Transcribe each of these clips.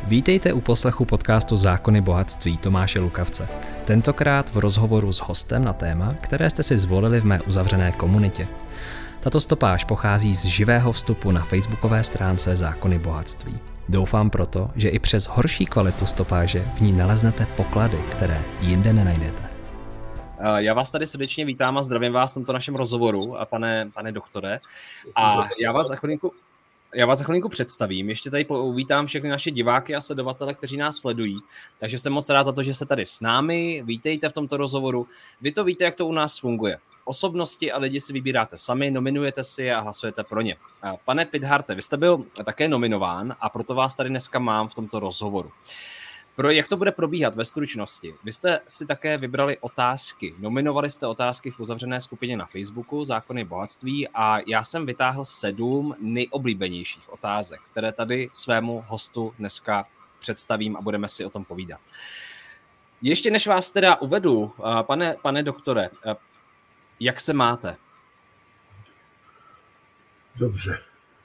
Vítejte u poslechu podcastu Zákony bohatství Tomáše Lukavce. Tentokrát v rozhovoru s hostem na téma, které jste si zvolili v mé uzavřené komunitě. Tato stopáž pochází z živého vstupu na facebookové stránce Zákony bohatství. Doufám proto, že i přes horší kvalitu stopáže v ní naleznete poklady, které jinde nenajdete. Já vás tady srdečně vítám a zdravím vás v tomto našem rozhovoru, pane doktore. A já vás za chvilinku představím. Ještě tady uvítám všechny naše diváky a sledovatele, kteří nás sledují. Takže jsem moc rád za to, že jste tady s námi. Vítejte v tomto rozhovoru. Vy to víte, jak to u nás funguje. Osobnosti a lidi si vybíráte sami, nominujete si a hlasujete pro ně. Pane Pitharte, vy jste byl také nominován a proto vás tady dneska mám v tomto rozhovoru. Jak to bude probíhat ve stručnosti? Vy jste si také vybrali otázky. Nominovali jste otázky v uzavřené skupině na Facebooku Zákony bohatství a já jsem vytáhl 7 nejoblíbenějších otázek, které tady svému hostu dneska představím a budeme si o tom povídat. Ještě než vás teda uvedu, pane doktore, jak se máte? Dobře.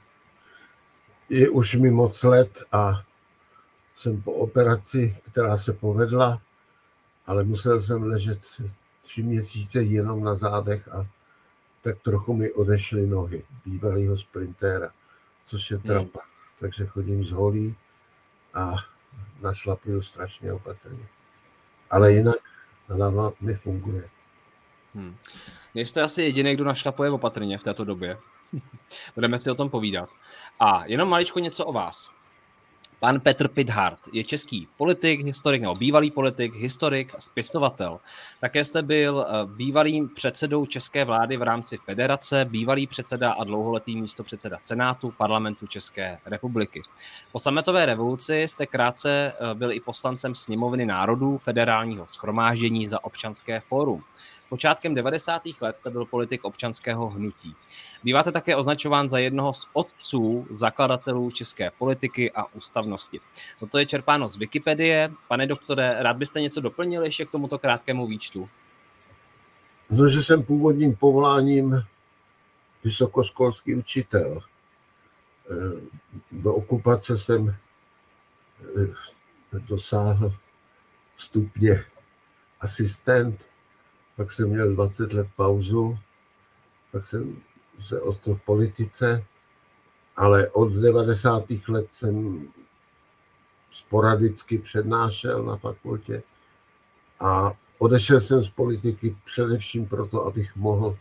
Je už mi moc let a jsem po operaci, která se povedla, ale musel jsem ležet 3 měsíce jenom na zádech a tak trochu mi odešly nohy bývalýho sprintéra, což je trapas. Takže chodím z holí a našlapuju strašně opatrně. Ale jinak hlava mi funguje. Nejste asi jediný, kdo našlapuje opatrně v této době. Budeme si o tom povídat. A jenom maličko něco o vás. Pan Petr Pithart je český politik, historik nebo bývalý politik, historik a spisovatel. Také jste byl bývalým předsedou české vlády v rámci federace, bývalý předseda a dlouholetý místopředseda Senátu Parlamentu České republiky. Po sametové revoluci jste krátce byl i poslancem Sněmovny národů Federálního shromáždění za Občanské fórum. Počátkem 90. let jste byl politik občanského hnutí. Býváte také označován za jednoho z otců zakladatelů české politiky a ústavnosti. Toto je čerpáno z Wikipedie. Pane doktore, rád byste něco doplnil ještě k tomuto krátkému výčtu? No, že jsem původním povoláním vysokoškolský učitel. Do okupace jsem dosáhl stupně asistent, pak jsem měl 20 let pauzu, pak jsem se odstřel v politice, ale od 90. let jsem sporadicky přednášel na fakultě a odešel jsem z politiky především proto, abych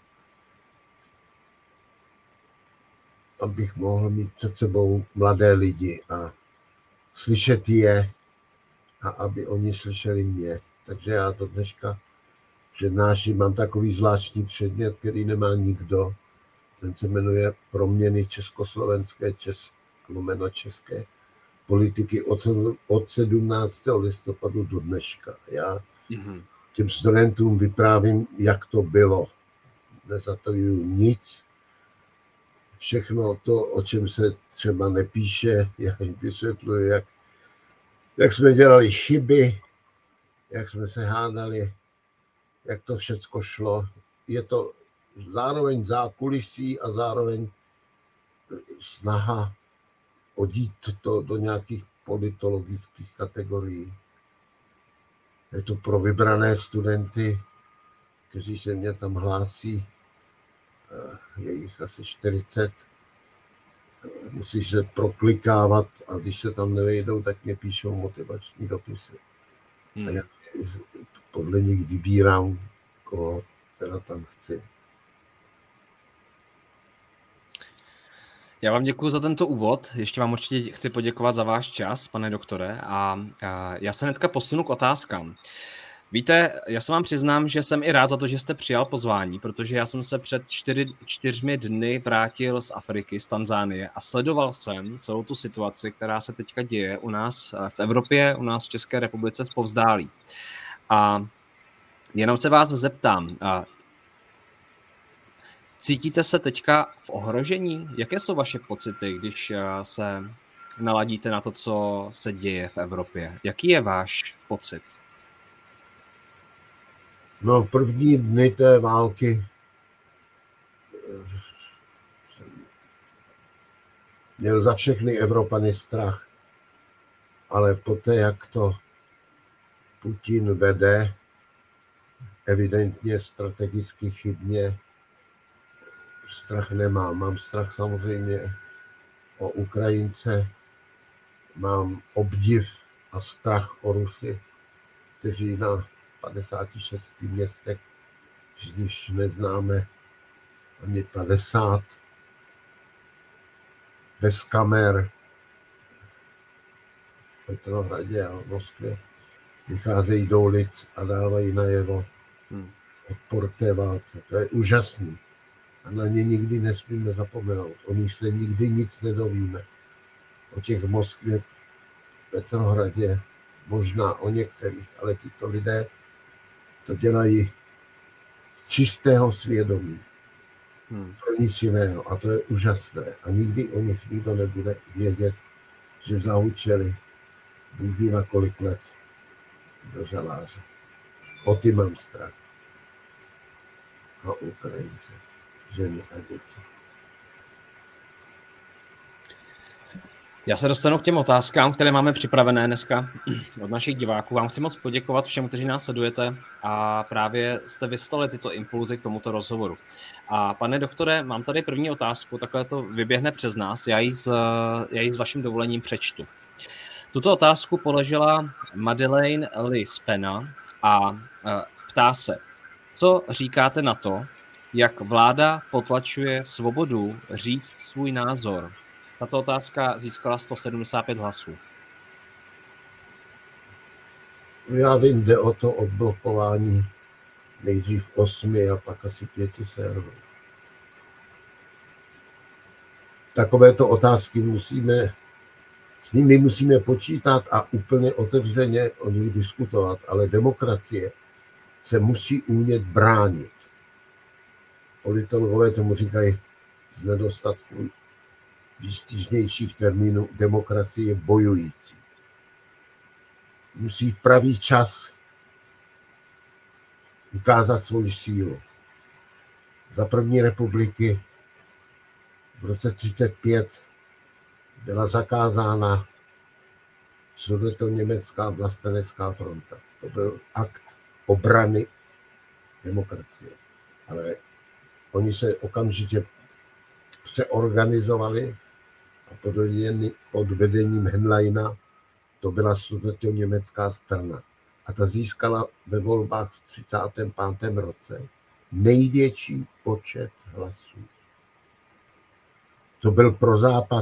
mohl mít před sebou mladé lidi a slyšet je a aby oni slyšeli mě. Takže já to dneška přednáším, mám takový zvláštní předmět, který nemá nikdo. Ten se jmenuje Proměny československé české politiky od 17. listopadu do dneška. Já těm studentům vyprávím, jak to bylo. Nezatajuju nic. Všechno to, o čem se třeba nepíše, já jim vysvětluji, jak jsme dělali chyby, jak jsme se hádali, jak to všecko šlo. Je to zároveň zákulisí a zároveň snaha odít to do nějakých politologických kategorií. Je to pro vybrané studenty, kteří se mě tam hlásí, je jich asi 40. Musí se proklikávat a když se tam nevejdou, tak mě píšou motivační dopisy. A já podle nich vybírám, koho teda tam chci. Já vám děkuji za tento úvod. Ještě vám určitě chci poděkovat za váš čas, pane doktore. A já se hnedka posunu k otázkám. Víte, já se vám přiznám, že jsem i rád za to, že jste přijal pozvání, protože já jsem se před 4 dny vrátil z Afriky, z Tanzánie a sledoval jsem celou tu situaci, která se teďka děje u nás v Evropě, u nás v České republice v Povzdálí. A jenom se vás zeptám, cítíte se teďka v ohrožení? Jaké jsou vaše pocity, když se naladíte na to, co se děje v Evropě? Jaký je váš pocit? No, první dny té války měl za všechny Evropany strach. ale poté, jak to Putin vede, evidentně strategicky chybně, strach nemám. Mám strach samozřejmě o Ukrajince, mám obdiv a strach o Rusy, kteří na 56 městech, když neznáme ani 50, bez kamer v Petrohradě a v Moskvě vycházejí do ulic a dávají najevo odpor té válce. To je úžasný. A na ně nikdy nesmíme zapomenout. O nich se nikdy nic nedovíme. O těch v Moskvě, Petrohradě, možná o některých, ale tito lidé to dělají z čistého svědomí. Pro nic jiného. A to je úžasné. A nikdy o nich nikdo nebude vědět, že zahučeli Bůh ví na kolik let do žaláře. O ty mám strach. A Ukrajince, ženy a děti. Já se dostanu k těm otázkám, které máme připravené dneska od našich diváků. Vám chci moc poděkovat všem, kteří nás sledujete a právě jste vyslali tyto impulzy k tomuto rozhovoru. A pane doktore, mám tady první otázku, takhle to vyběhne přes nás, já ji s vaším dovolením přečtu. Tuto otázku položila Madeleine Lispena a ptá se, co říkáte na to, jak vláda potlačuje svobodu říct svůj názor? Tato otázka získala 175 hlasů. Já vím, jde o to odblokování nejdřív 8 a pak asi 5 serverů. Takovéto otázky s nimi musíme počítat a úplně otevřeně o nich diskutovat, ale demokracie se musí umět bránit. Politologové tomu říkají z nedostatku výstižnějších termínů, demokracie je bojující. Musí v pravý čas ukázat svoji sílu. Za první republiky v roce 1935 byla zakázána sudetoněmecká vlastenecká fronta. To byl akt obrany demokracie. Ale oni se okamžitě přeorganizovali a pod vedením Henleina to byla sudetoněmecká strana. A ta získala ve volbách v 1935. roce největší počet hlasů. To byl pro Západ.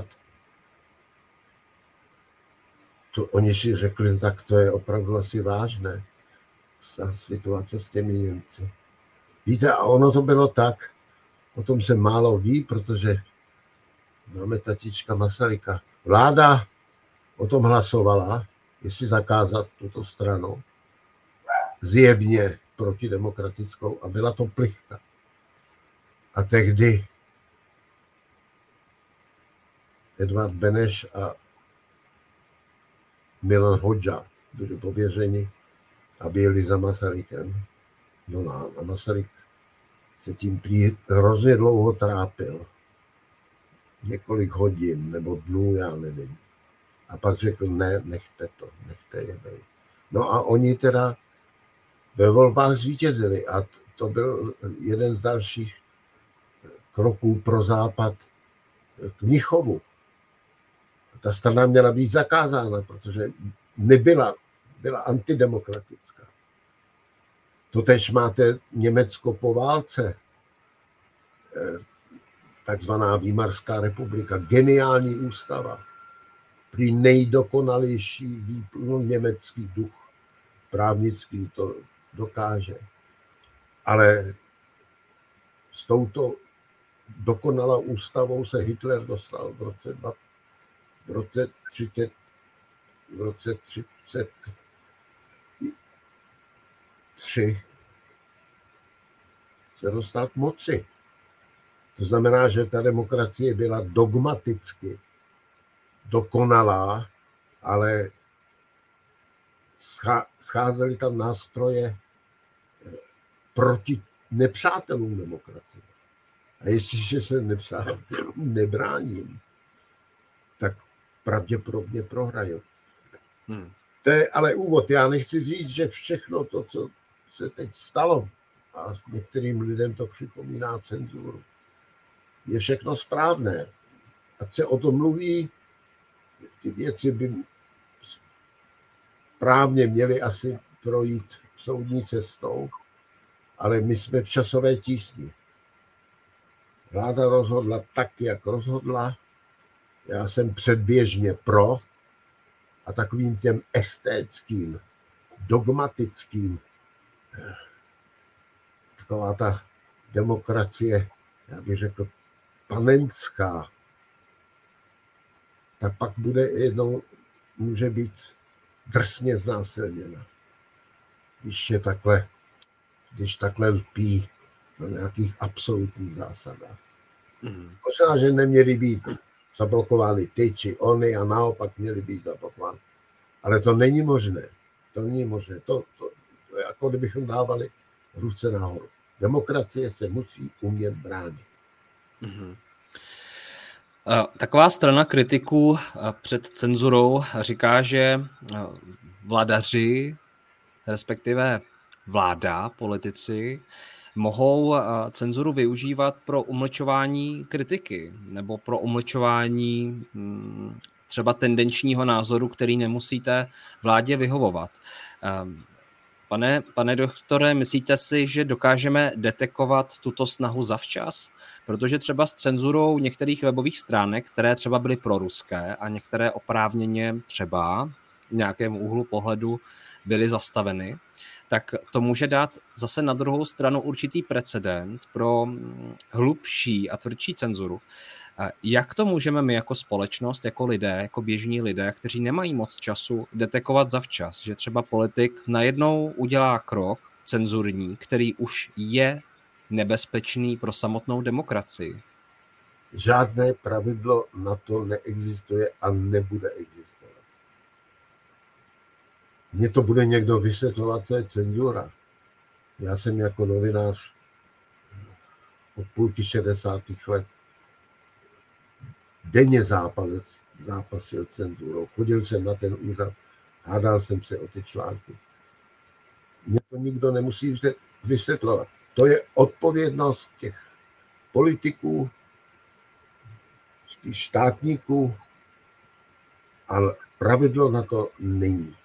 To oni si řekli, tak to je opravdu asi vážné. Situace s těmi Němci. Víte, a ono to bylo tak, o tom se málo ví, protože máme tatička Masaryka. Vláda o tom hlasovala, jestli zakázat tuto stranu, zjevně protidemokratickou, a byla to plichta. A tehdy Edvard Beneš a Milan Hodža byli pověřeni, aby jeli za Masarykem. No a Masaryk se tím hrozně dlouho trápil. Několik hodin nebo dnů, já nevím. A pak řekl, ne, nechte je bejt. No a oni teda ve volbách zvítězili a to byl jeden z dalších kroků pro Západ k Mnichovu. Ta strana měla být zakázána, protože byla antidemokratická. Totež máte Německo po válce, takzvaná Výmarská republika, geniální ústava, prý nejdokonalejší výplň německý duch, právnický to dokáže. Ale s touto dokonalou ústavou se Hitler dostal v roce 33 se dostal k moci. To znamená, že ta demokracie byla dogmaticky dokonalá, ale scházely tam nástroje proti nepřátelům demokracie. A jestliže se nepřátelům nebráním, tak pravděpodobně prohraju. To je ale úvod. Já nechci říct, že všechno to, co se teď stalo, a některým lidem to připomíná cenzuru, je všechno správné. Ať se o tom mluví, ty věci by právně měly asi projít soudní cestou, ale my jsme v časové tísni. Vláda rozhodla tak, jak rozhodla. Já jsem předběžně pro a takovým těm estétským, dogmatickým, taková ta demokracie, já bych řekl, panenská, tak pak bude jednou, může být drsně znásilněna. Když takhle lpí na nějakých absolutních zásadách. Možná, že neměly být zablokovány ty či ony a naopak měly být zablokovány. Ale to není možné. To není možné. To je jako kdybychom dávali ruce nahoru. Demokracie se musí umět bránit. Taková strana kritiků před cenzurou říká, že vladaři, respektive vláda, politici, mohou cenzuru využívat pro umlčování kritiky nebo pro umlčování třeba tendenčního názoru, který nemusíte vládě vyhovovat. Pane doktore, myslíte si, že dokážeme detekovat tuto snahu zavčas? Protože třeba s cenzurou některých webových stránek, které třeba byly proruské a některé oprávněně třeba v nějakém úhlu pohledu byly zastaveny, tak to může dát zase na druhou stranu určitý precedent pro hlubší a tvrdší cenzuru. Jak to můžeme my jako společnost, jako lidé, jako běžní lidé, kteří nemají moc času, detekovat zavčas, že třeba politik najednou udělá krok cenzurní, který už je nebezpečný pro samotnou demokracii? Žádné pravidlo na to neexistuje a nebude existovat. Mně to bude někdo vysvětlovat, co je cenzura. Já jsem jako novinář od půlky 60. let denně zápasil cenzurou. Chodil jsem na ten úřad, hádal jsem se o ty články. Mně to nikdo nemusí vysvětlovat. To je odpovědnost těch politiků, spíš státníků, ale pravidlo na to není.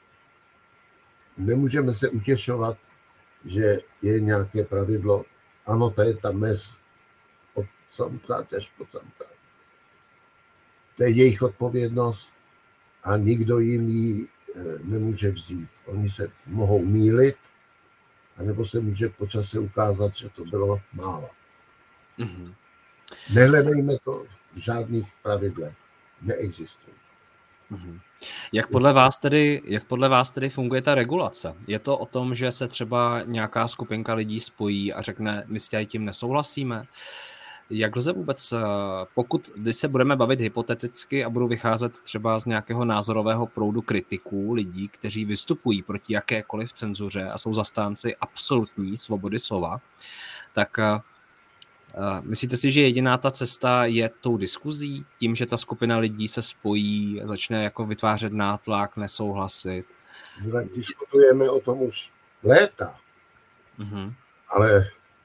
Nemůžeme se utěšovat, že je nějaké pravidlo, ano, to je ta mez od samcát až po samcát. To je jejich odpovědnost a nikdo jim ji nemůže vzít. Oni se mohou mýlit, anebo se může po čase ukázat, že to bylo málo. Mm-hmm. Nehledejme to v žádných pravidlech. Neexistuje. Mm-hmm. Jak podle vás tedy funguje ta regulace? Je to o tom, že se třeba nějaká skupinka lidí spojí a řekne, my s tím nesouhlasíme? Jak lze vůbec, když se budeme bavit hypoteticky a budu vycházet třeba z nějakého názorového proudu kritiků, lidí, kteří vystupují proti jakékoliv cenzuře a jsou zastánci absolutní svobody slova, tak myslíte si, že jediná ta cesta je tou diskuzí, tím, že ta skupina lidí se spojí, začne jako vytvářet nátlak, nesouhlasit? No tak diskutujeme o tom už léta, ale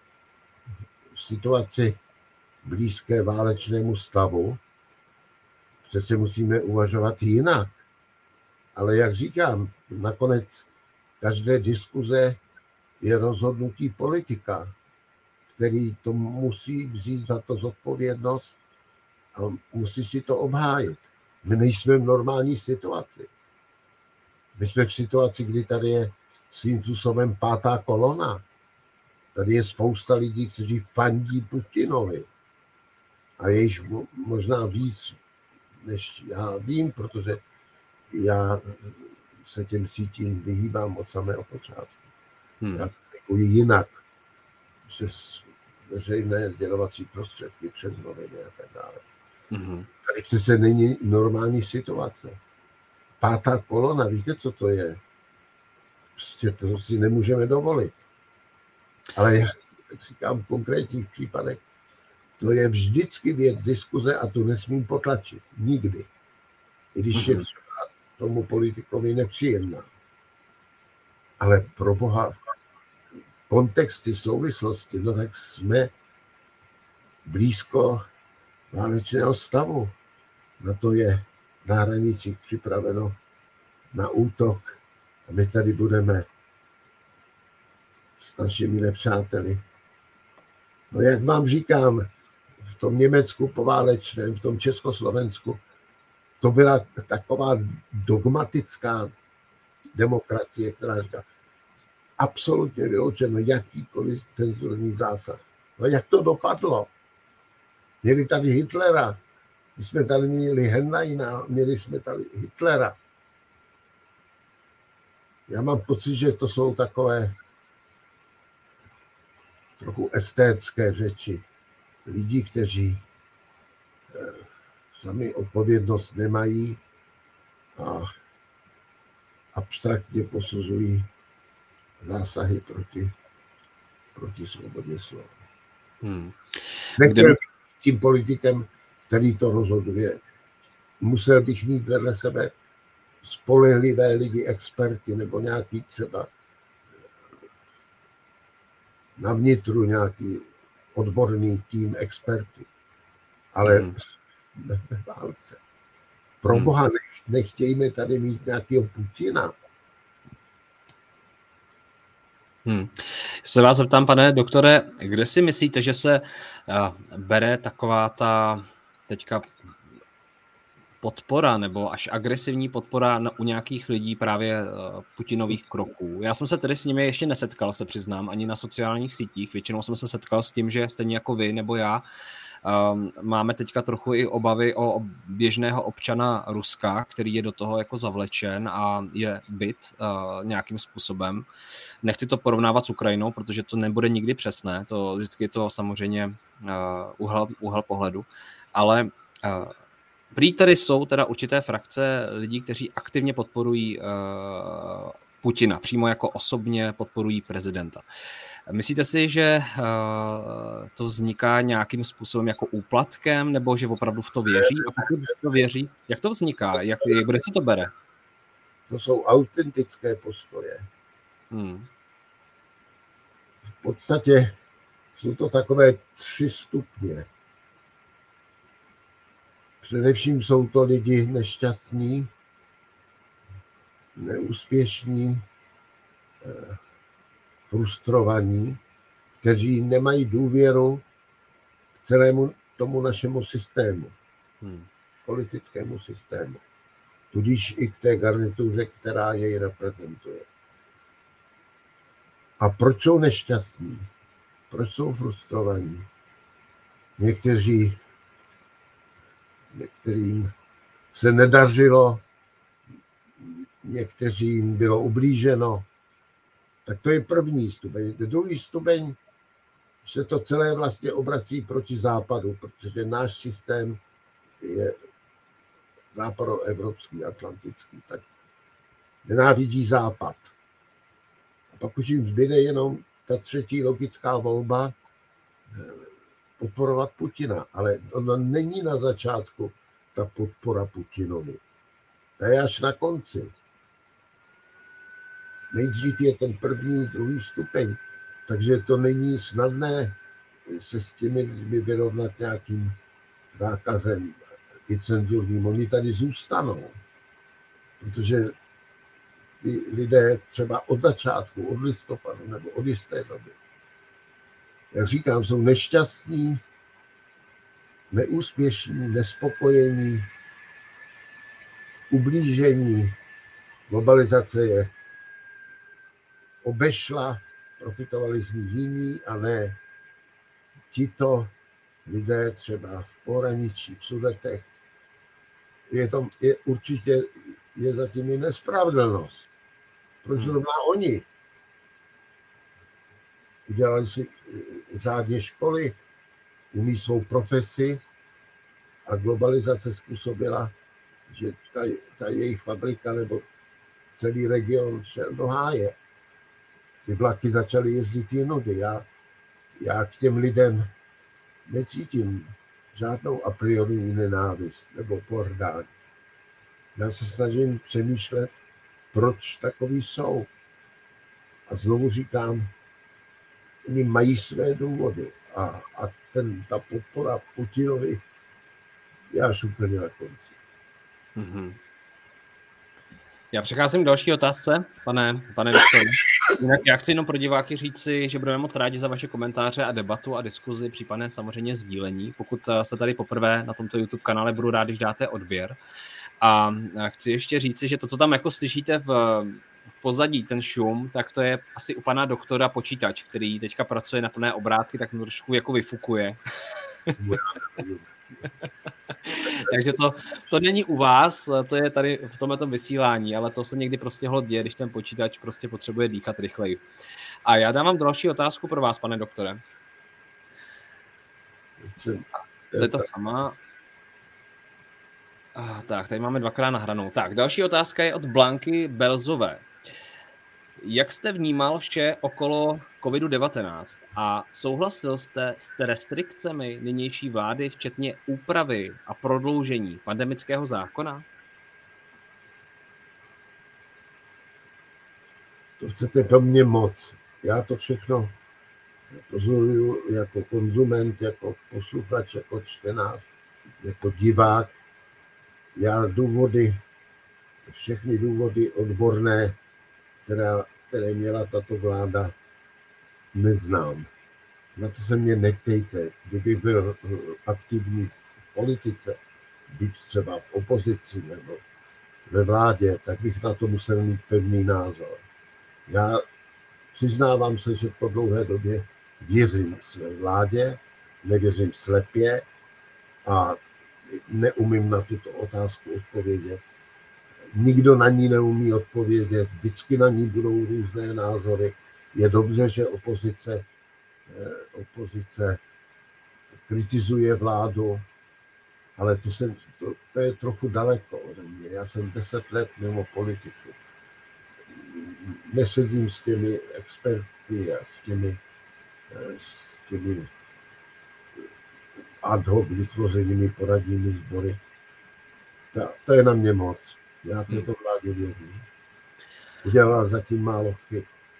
v situaci blízké válečnému stavu přece musíme uvažovat jinak. Ale jak říkám, nakonec každé diskuze je rozhodnutí politika, který to musí vzít za to zodpovědnost a musí si to obhájit. My nejsme v normální situaci. My jsme v situaci, kdy tady je svým způsobem pátá kolona. Tady je spousta lidí, kteří fandí Putinovi. A je jich možná víc, než já vím, protože já se těm sítím vyhýbám od samého počátku. Já takový jinak přes veřejné sdělovací prostředky, přes noviny a tak dále. Tady přece není normální situace. Pátá kolona, víte, co to je? Prostě to si nemůžeme dovolit. Ale jak říkám, v konkrétních případech to je vždycky věc diskuze a tu nesmím potlačit. Nikdy. I když je třeba tomu politikovi nepříjemná. Ale pro Boha, kontexty, souvislosti, no tak jsme blízko válečného stavu. Na to je na hranicích připraveno na útok a my tady budeme s našimi nepřáteli. No jak vám říkám, v tom Německu poválečném, v tom Československu, to byla taková dogmatická demokracie, která říká, absolutně vyloučeno jakýkoliv cenzurní zásah. No jak to dopadlo? Měli tady Hitlera, my jsme tady měli Henleina, měli jsme tady Hitlera. Já mám pocit, že to jsou takové trochu estétské řeči lidí, kteří sami odpovědnost nemají a abstraktně posuzují zásahy proti svobodě slova. Nechtěl bych tím politikem, který to rozhoduje. Musel bych mít vedle sebe spolehlivé lidi, experty, nebo nějaký třeba na vnitru nějaký odborný tým expertů. Ale jsme ve válce. Pro Boha nechtějme tady mít nějakého Putina. Se vás zeptám, pane doktore, kde si myslíte, že se bere taková ta teďka podpora nebo až agresivní podpora u nějakých lidí právě Putinových kroků? Já jsem se tedy s nimi ještě nesetkal, se přiznám, ani na sociálních sítích. Většinou jsem se setkal s tím, že stejně jako vy nebo já máme teďka trochu i obavy o běžného občana Ruska, který je do toho jako zavlečen a je byt nějakým způsobem. Nechci to porovnávat s Ukrajinou, protože to nebude nikdy přesné, to vždycky je to samozřejmě úhel pohledu, ale prý tady jsou teda určité frakce lidí, kteří aktivně podporují Putina, přímo jako osobně podporují prezidenta. Myslíte si, že to vzniká nějakým způsobem jako úplatkem, nebo že opravdu v to věří? A pokud v to věří, jak to vzniká? Kde se to bere? To jsou autentické postoje. V podstatě jsou to takové 3 stupně. Především jsou to lidi nešťastní, neúspěšní, frustrovaní, kteří nemají důvěru k celému tomu našemu systému, politickému systému. Tudíž i k té garnituře, která jej reprezentuje. A proč jsou nešťastní? Proč jsou frustrovaní? Některým se nedařilo, některým bylo ublíženo. Tak to je první stupeň. Druhý stupeň se to celé vlastně obrací proti západu, protože náš systém je západoevropský, atlantický, tak nenávidí západ. A pak už jim zbyde jenom ta třetí logická volba podporovat Putina. Ale ono není na začátku ta podpora Putinovi. To je až na konci. Nejdřív je ten první, druhý stupeň. Takže to není snadné se s těmi lidmi vyrovnat nějakým zákazem i cenzurním. Oni tady zůstanou. Protože ty lidé třeba od začátku, od listopadu nebo od jisté doby, jak říkám, jsou nešťastní, neúspěšní, nespokojení, ublížení. Globalizace je obešla, profitovali z ní jiní a ne tito lidé třeba v pohraničí, v Sudetech. Určitě je zatím i nespravedlnost. Proč zrovna oni udělali si řádně školy, umí svou profesi a globalizace způsobila, že ta jejich fabrika nebo celý region šel do háje. Ty vlaky začaly jezdit jinudy. Já k těm lidem necítím žádnou a priori nenávist nebo pohrdání. Já se snažím přemýšlet, proč takový jsou. A znovu říkám, oni mají své důvody. A ta podpora Putinovi je až úplně na konci. Mm-hmm. Já přecházím k další otázce, pane doktore. Jinak já chci jenom pro diváky říci, že budeme moc rádi za vaše komentáře a debatu a diskuzi, případně samozřejmě sdílení. Pokud jste tady poprvé na tomto YouTube kanále, budu rád, když dáte odběr. A chci ještě říci, že to, co tam jako slyšíte v pozadí, ten šum, tak to je asi u pana doktora počítač, který teďka pracuje na plné obrátky, tak trošku jako vyfukuje. Takže to není u vás, to je tady v tomto vysílání, ale to se někdy prostě hod děje, když ten počítač prostě potřebuje dýchat rychleji. A já dávám další otázku pro vás, pane doktore. To je ta sama. Tak, tady máme dvakrát nahranou. Tak, další otázka je od Blanky Belzové. Jak jste vnímal vše okolo COVID-19 a souhlasil jste s restrikcemi nynější vlády, včetně úpravy a prodloužení pandemického zákona? To chcete po mně moc. Já to všechno pozoruju jako konzument, jako posluchač, jako čtenář, jako divák. Já všechny důvody odborné, které měla tato vláda, neznám. Na to se mě neptejte. Kdybych byl aktivní v politice, být třeba v opozici nebo ve vládě, tak bych na to musel mít pevný názor. Já přiznávám se, že po dlouhé době věřím své vládě, nevěřím slepě a neumím na tuto otázku odpovědět. Nikdo na ní neumí odpovědět, vždycky na ní budou různé názory. Je dobře, že opozice kritizuje vládu, ale to je trochu daleko ode mě. Já jsem 10 let mimo politiku. Nesedím s těmi experty a s těmi ad hoc vytvořenými poradními sbory. To je na mě moc. Já této vládě věřím. Udělala zatím málo chyb.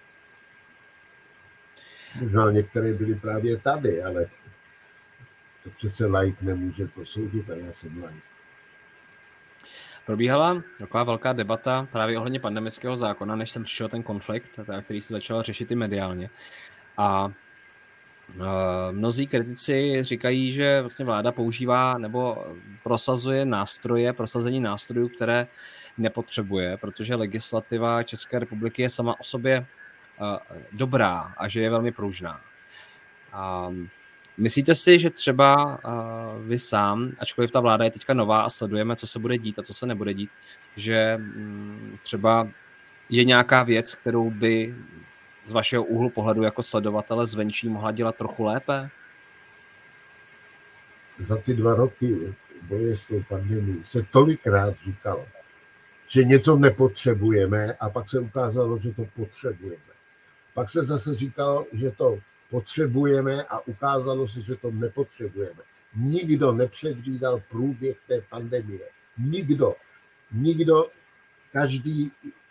Možná některé byly právě tady, ale to přece laik nemůže posoudit a já jsem laik. Probíhala taková velká debata právě ohledně pandemického zákona, než jsem přišel ten konflikt, který se začal řešit i mediálně. A mnozí kritici říkají, že vlastně vláda používá nebo prosazení nástrojů, které nepotřebuje, protože legislativa České republiky je sama o sobě dobrá a že je velmi pružná. Myslíte si, že třeba vy sám, ačkoliv ta vláda je teďka nová a sledujeme, co se bude dít a co se nebude dít, že třeba je nějaká věc, kterou by z vašeho úhlu pohledu jako sledovatele zvenčí mohla dělat trochu lépe? Za ty 2 roky boje s tou pandemií se tolikrát říkalo, že něco nepotřebujeme a pak se ukázalo, že to potřebujeme. Pak se zase říkalo, že to potřebujeme a ukázalo se, že to nepotřebujeme. Nikdo nepředvídal průběh té pandemie. Nikdo, každý,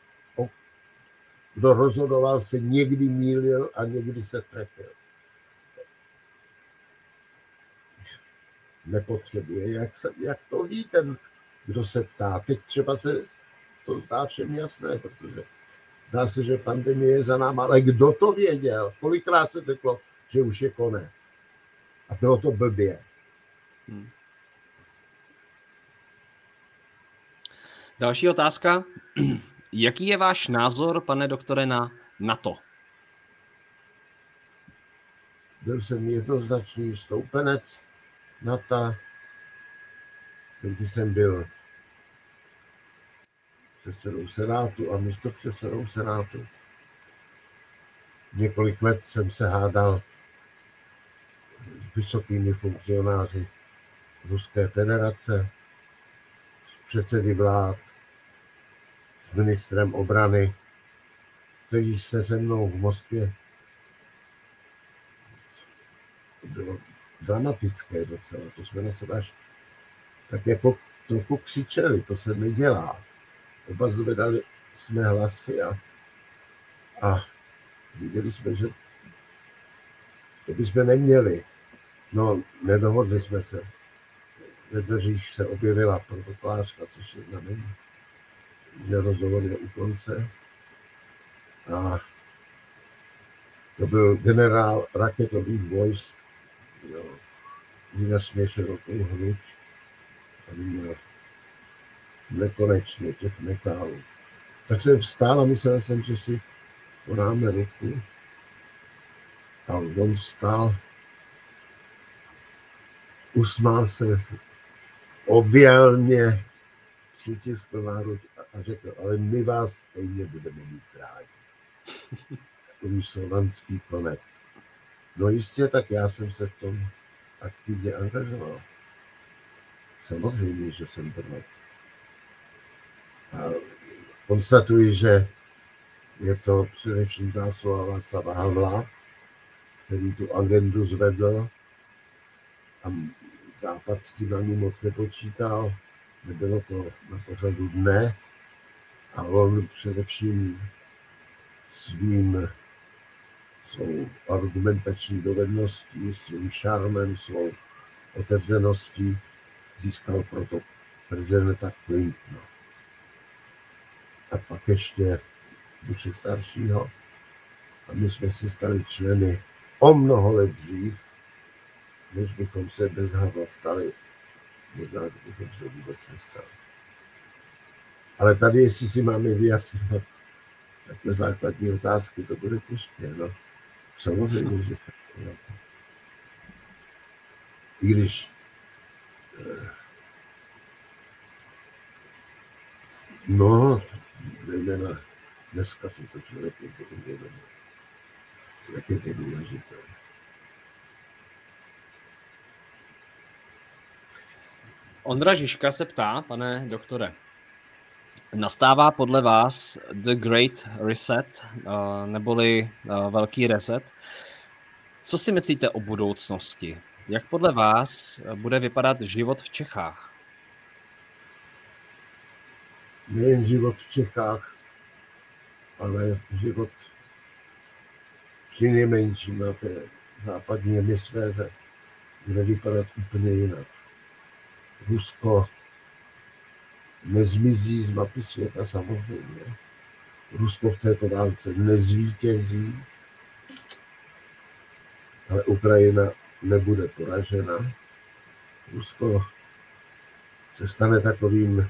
kdo rozhodoval, se někdy mýlil a někdy se trefil. Nepotřebuje. Jak to ví ten, kdo se ptá? Teď třeba se to zdá všem jasné, protože zdá se, že pandemie je za náma, ale kdo to věděl? Kolikrát se řeklo, že už je konec? A bylo to blbě. Další otázka. Jaký je váš názor, pane doktore, na NATO? Byl jsem jednoznačný stoupenec NATO, když jsem byl předsedou Senátu a místopředsedou Senátu. Několik let jsem se hádal s vysokými funkcionáři Ruské federace, s předsedy vlád, s ministrem obrany, kteří se mnou v Moskvě. To bylo dramatické docela, to jsme na sebe až tak jako trochu křičeli, to se nedělá. Oba zvedali jsme hlasy a viděli jsme, že to bychom neměli. No, nedohodli jsme se. Ve dveřích se objevila protoklářka, což je znamení, že rozhovor je u konce. A to byl generál raketových vojsk, výjasně širokou hruď a měl nekonečně těch metálů. Tak jsem vstál a myslel jsem, že si podáme ruku. A on vstal, usmál se, objel mě, přitisl na hruď a řekl, ale my vás stejně budeme mít rádi. Takový slovanský konec. No jistě, tak já jsem se v tom aktivně angažoval. Samozřejmě, že jsem prvek. A konstatuji, že je to především zásluha Václava Havla, který tu agendu zvedl a Západ s tím ani moc nepočítal. Nebylo to na pořadu dne a on především svou argumentační dovedností, svým šarmem, svou otevřeností získal proto prezidenta Clintona. A pak ještě Bushe staršího. A my jsme se stali členy o mnoho let dřív, než bychom se bez Havla stali. Možná, bychom se vůbec nestali. Ale tady, jestli si máme vyjasnit takhle základní otázky, to bude těžké. No. Samozřejmě, že i když no, zejména dneska si to člověk uvědomí, jak je to důležité. Ondra Žižka se ptá, pane doktore, nastává podle vás The Great Reset, neboli velký reset? Co si myslíte o budoucnosti? Jak podle vás bude vypadat život v Čechách? Nejen život v Čechách, ale život přinejmenším na té západní hemisféře bude vypadat úplně jinak. Rusko nezmizí z mapy světa samozřejmě. Rusko v této válce nezvítězí, ale Ukrajina nebude poražena. Rusko se stane takovým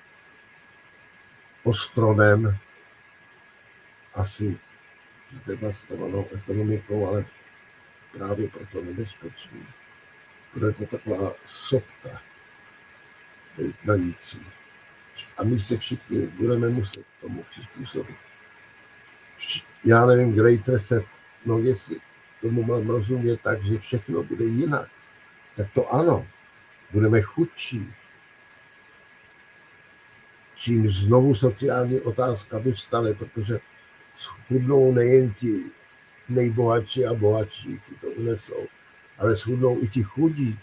ostrovem, asi devastovanou ekonomikou, ale právě proto nebezpečný. Bude to taková sopka doutnající. A my se všichni budeme muset tomu přizpůsobit. Já nevím, Great Reset, no jestli tomu mám rozumět tak, že všechno bude jinak, tak to ano, budeme chudší. Čím znovu sociální otázka vyvstane, protože schudnou nejen ti nejbohatší a bohatší, ti to unesou, ale schudnou i ti chudí.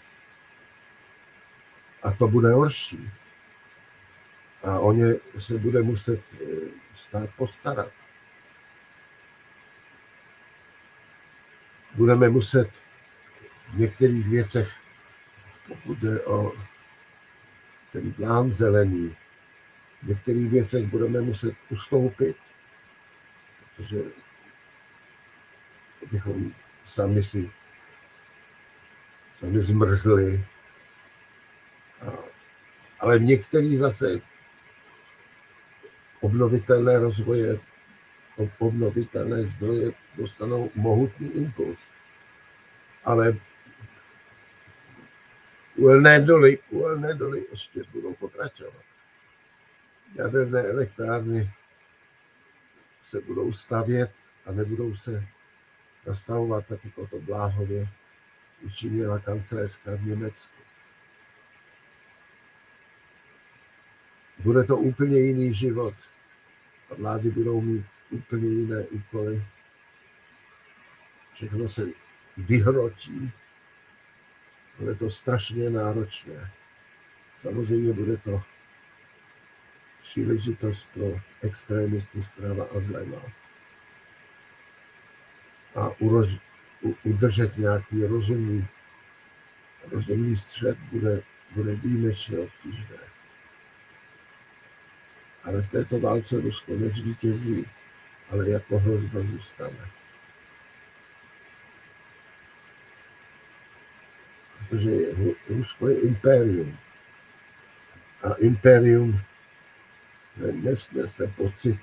A to bude horší. A o ně se bude muset stát postarat. Budeme muset v některých věcech, pokud jde o ten plán zelený, v některých věcech budeme muset ustoupit, protože bychom sami zmrzli. Ale v některých zase obnovitelné zdroje dostanou mohutný impuls. Ale uhelné doly ještě budou pokračovat. Jaderné elektrárny se budou stavět a nebudou se zastavovat, tak jako to bláhově učinila kancléřka v Německu. Bude to úplně jiný život a vlády budou mít úplně jiné úkoly. Všechno se vyhrotí. Bude to strašně náročné. Samozřejmě bude to příležitost pro extrémisty zprava a zleva. A udržet nějaký rozumný střed bude výjimečně obtížné. Ale v této válce Rusko nezvítězí, ale jako hrozba zůstane. Protože Rusko je impérium. A impérium nesnese pocit,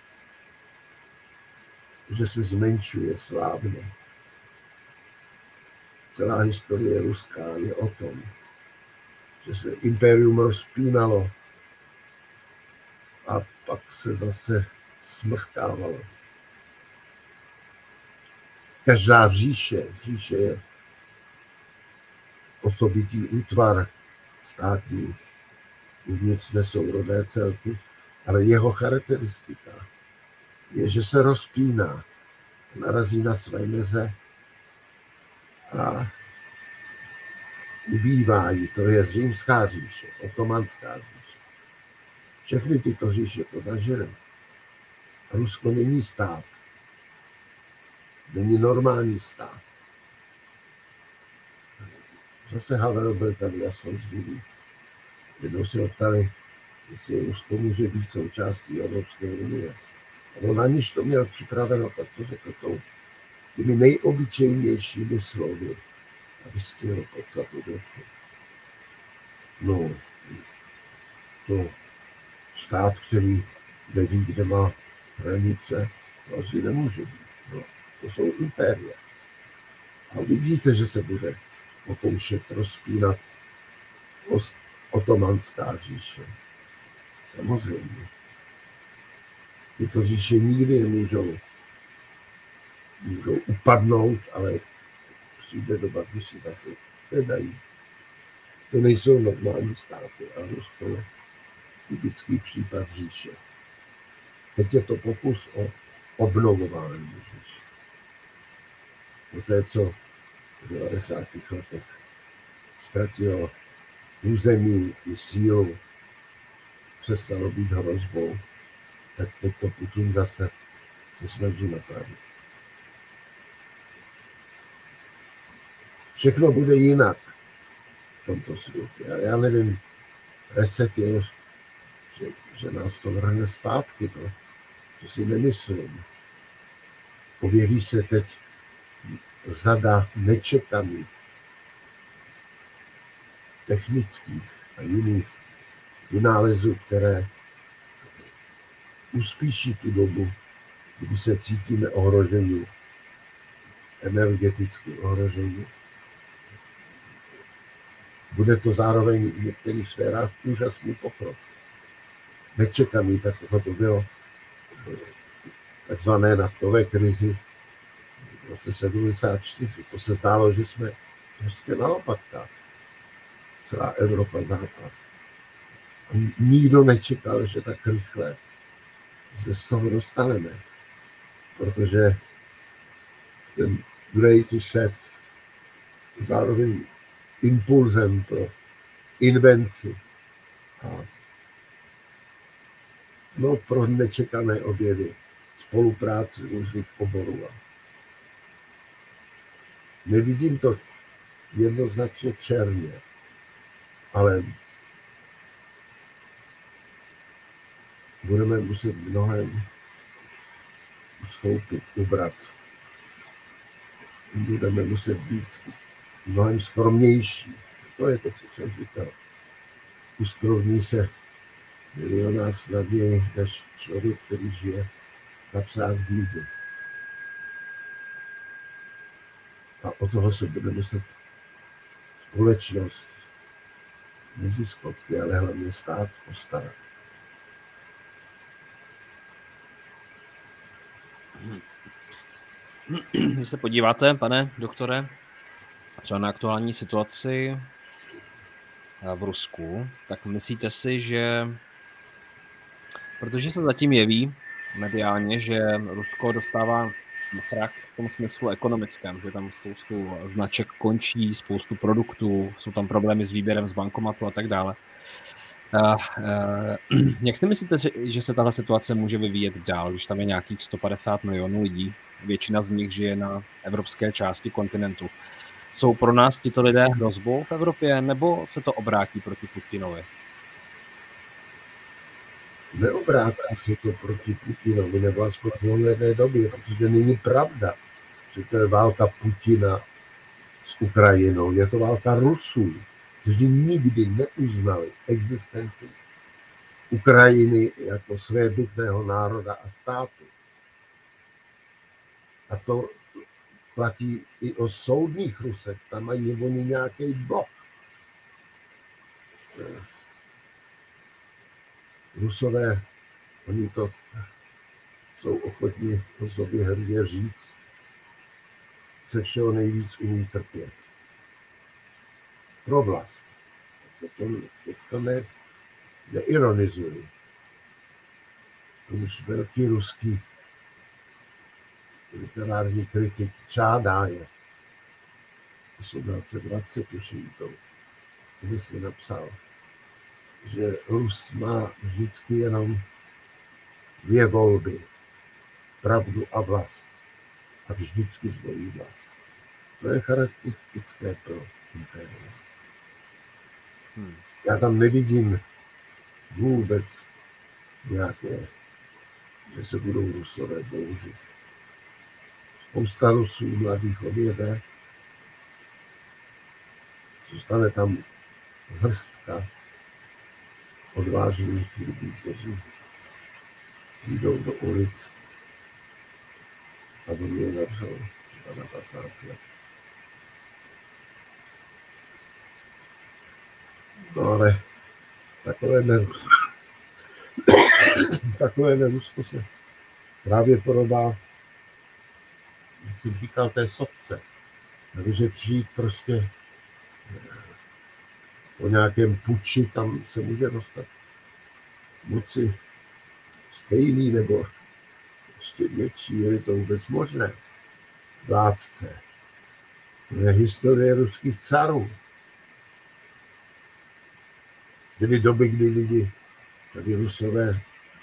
že se zmenšuje, slábne. Celá historie ruská je o tom, že se impérium rozpínalo a pak se zase smrtkávalo. Každá říše je osobitý útvar státní, uvnitř nesourodé celky, ale jeho charakteristika je, že se rozpíná, narazí na své meze a ubývá jí. To je římská říše, otomanská říše. Všechny tyto říše to zažily. A Rusko není stát. Není normální stát. Zase Havel byl tady jasnozřivý. Jednou se ho ptali, jestli Rusko může být součástí Evropské unie. A on aniž to měl připraveno, tak to řekl těmi nejobyčejnějšími slovy, aby stihl podstatu věci. No, to stát, který neví, kde má hranice, to asi nemůže být. No, to jsou impéria. A vidíte, že se bude pokoušet rozpínat otomanská říše. Samozřejmě. Tyto říše nikdy nemůžou upadnout, ale přijde doba, kdy si zase nedají. To nejsou normální státy a Rusko je typický případ říše. Teď je to pokus o obnovování říše. Poté, co v 90. letech ztratilo území i sílu, přestalo být hrozbou, tak teď to Putin zase se snaží napravit. Všechno bude jinak v tomto světě. Ale já nevím, reset je, že nás to vrhne zpátky, to si nemyslím. Objeví se teď řada nečekaných technických a jiných vynálezů, které uspíší tu dobu, kdy se cítíme ohrožení, energeticky ohrožení. Bude to zároveň v některých sférách úžasný pokrok. Nečekaný, tak to bylo takzvané naftové krizi v roce 74. To se zdálo, že jsme prostě na lopatkách. Celá Evropa západ. A nikdo nečekal, že tak rychle se z toho dostaneme. Protože ten Great Reset zároveň impulzem pro invenci a pro nečekané objevy, spolupráci různých oborů. Nevidím to jednoznačně černě, ale budeme muset mnohem ustoupit, ubrat. Budeme muset být mnohem skromnější. To je to, co jsem říkal. Uskromní se milionář snadněji než člověk, který žije na psách bídy. A o toho se bude muset společnost, neziskovky, ale hlavně stát postarat. Když se podíváte, pane doktore, třeba na aktuální situaci v Rusku, tak myslíte si, že protože se zatím jeví mediálně, že Rusko dostává frak v tom smyslu ekonomickém, že tam spoustu značek končí, spoustu produktů, jsou tam problémy s výběrem z bankomatu a tak dále. Jak si myslíte, že se tahle situace může vyvíjet dál, když tam je nějakých 150 milionů lidí, většina z nich žije na evropské části kontinentu? Jsou pro nás tito lidé hrozbou v Evropě, nebo se to obrátí proti Putinovi? Neobrátí se to proti Putinovi, nebo aspoň v dohledné době, protože není pravda, že to je válka Putina s Ukrajinou. Je to válka Rusů, kteří nikdy neuznali existenci Ukrajiny jako svébytného národa a státu. A to platí i o soudních Rusech. Tam mají oni nějaký blok. Rusové, oni to jsou ochotni o sobě hrdě říct, se všeho nejvíc umí trpět. Pro vlast. To neironizuji. To už velký ruský literární kritik Čádájev 1820 tuším to, kde si napsal, že Rus má vždycky jenom dvě volby. Pravdu a vlast. A vždycky zvolí vlast. To je charakteristické pro impérium. Já tam nevidím vůbec nějaké, že se budou Rusové bouřit. Spousta Rusů mladých odjede, zůstane tam hrstka odvážných lidí, kteří jdou do ulic a oni je zavřou třeba na 15 let. No ale takové Rusko se právě podobá, jak jsem říkal, té sopce. Takže přijít prostě po nějakém puči, tam se může dostat moci stejný nebo ještě větší, je to vůbec možné. Vládce. To je historie ruských carů. Byly doby, kdy lidi, tady Rusové,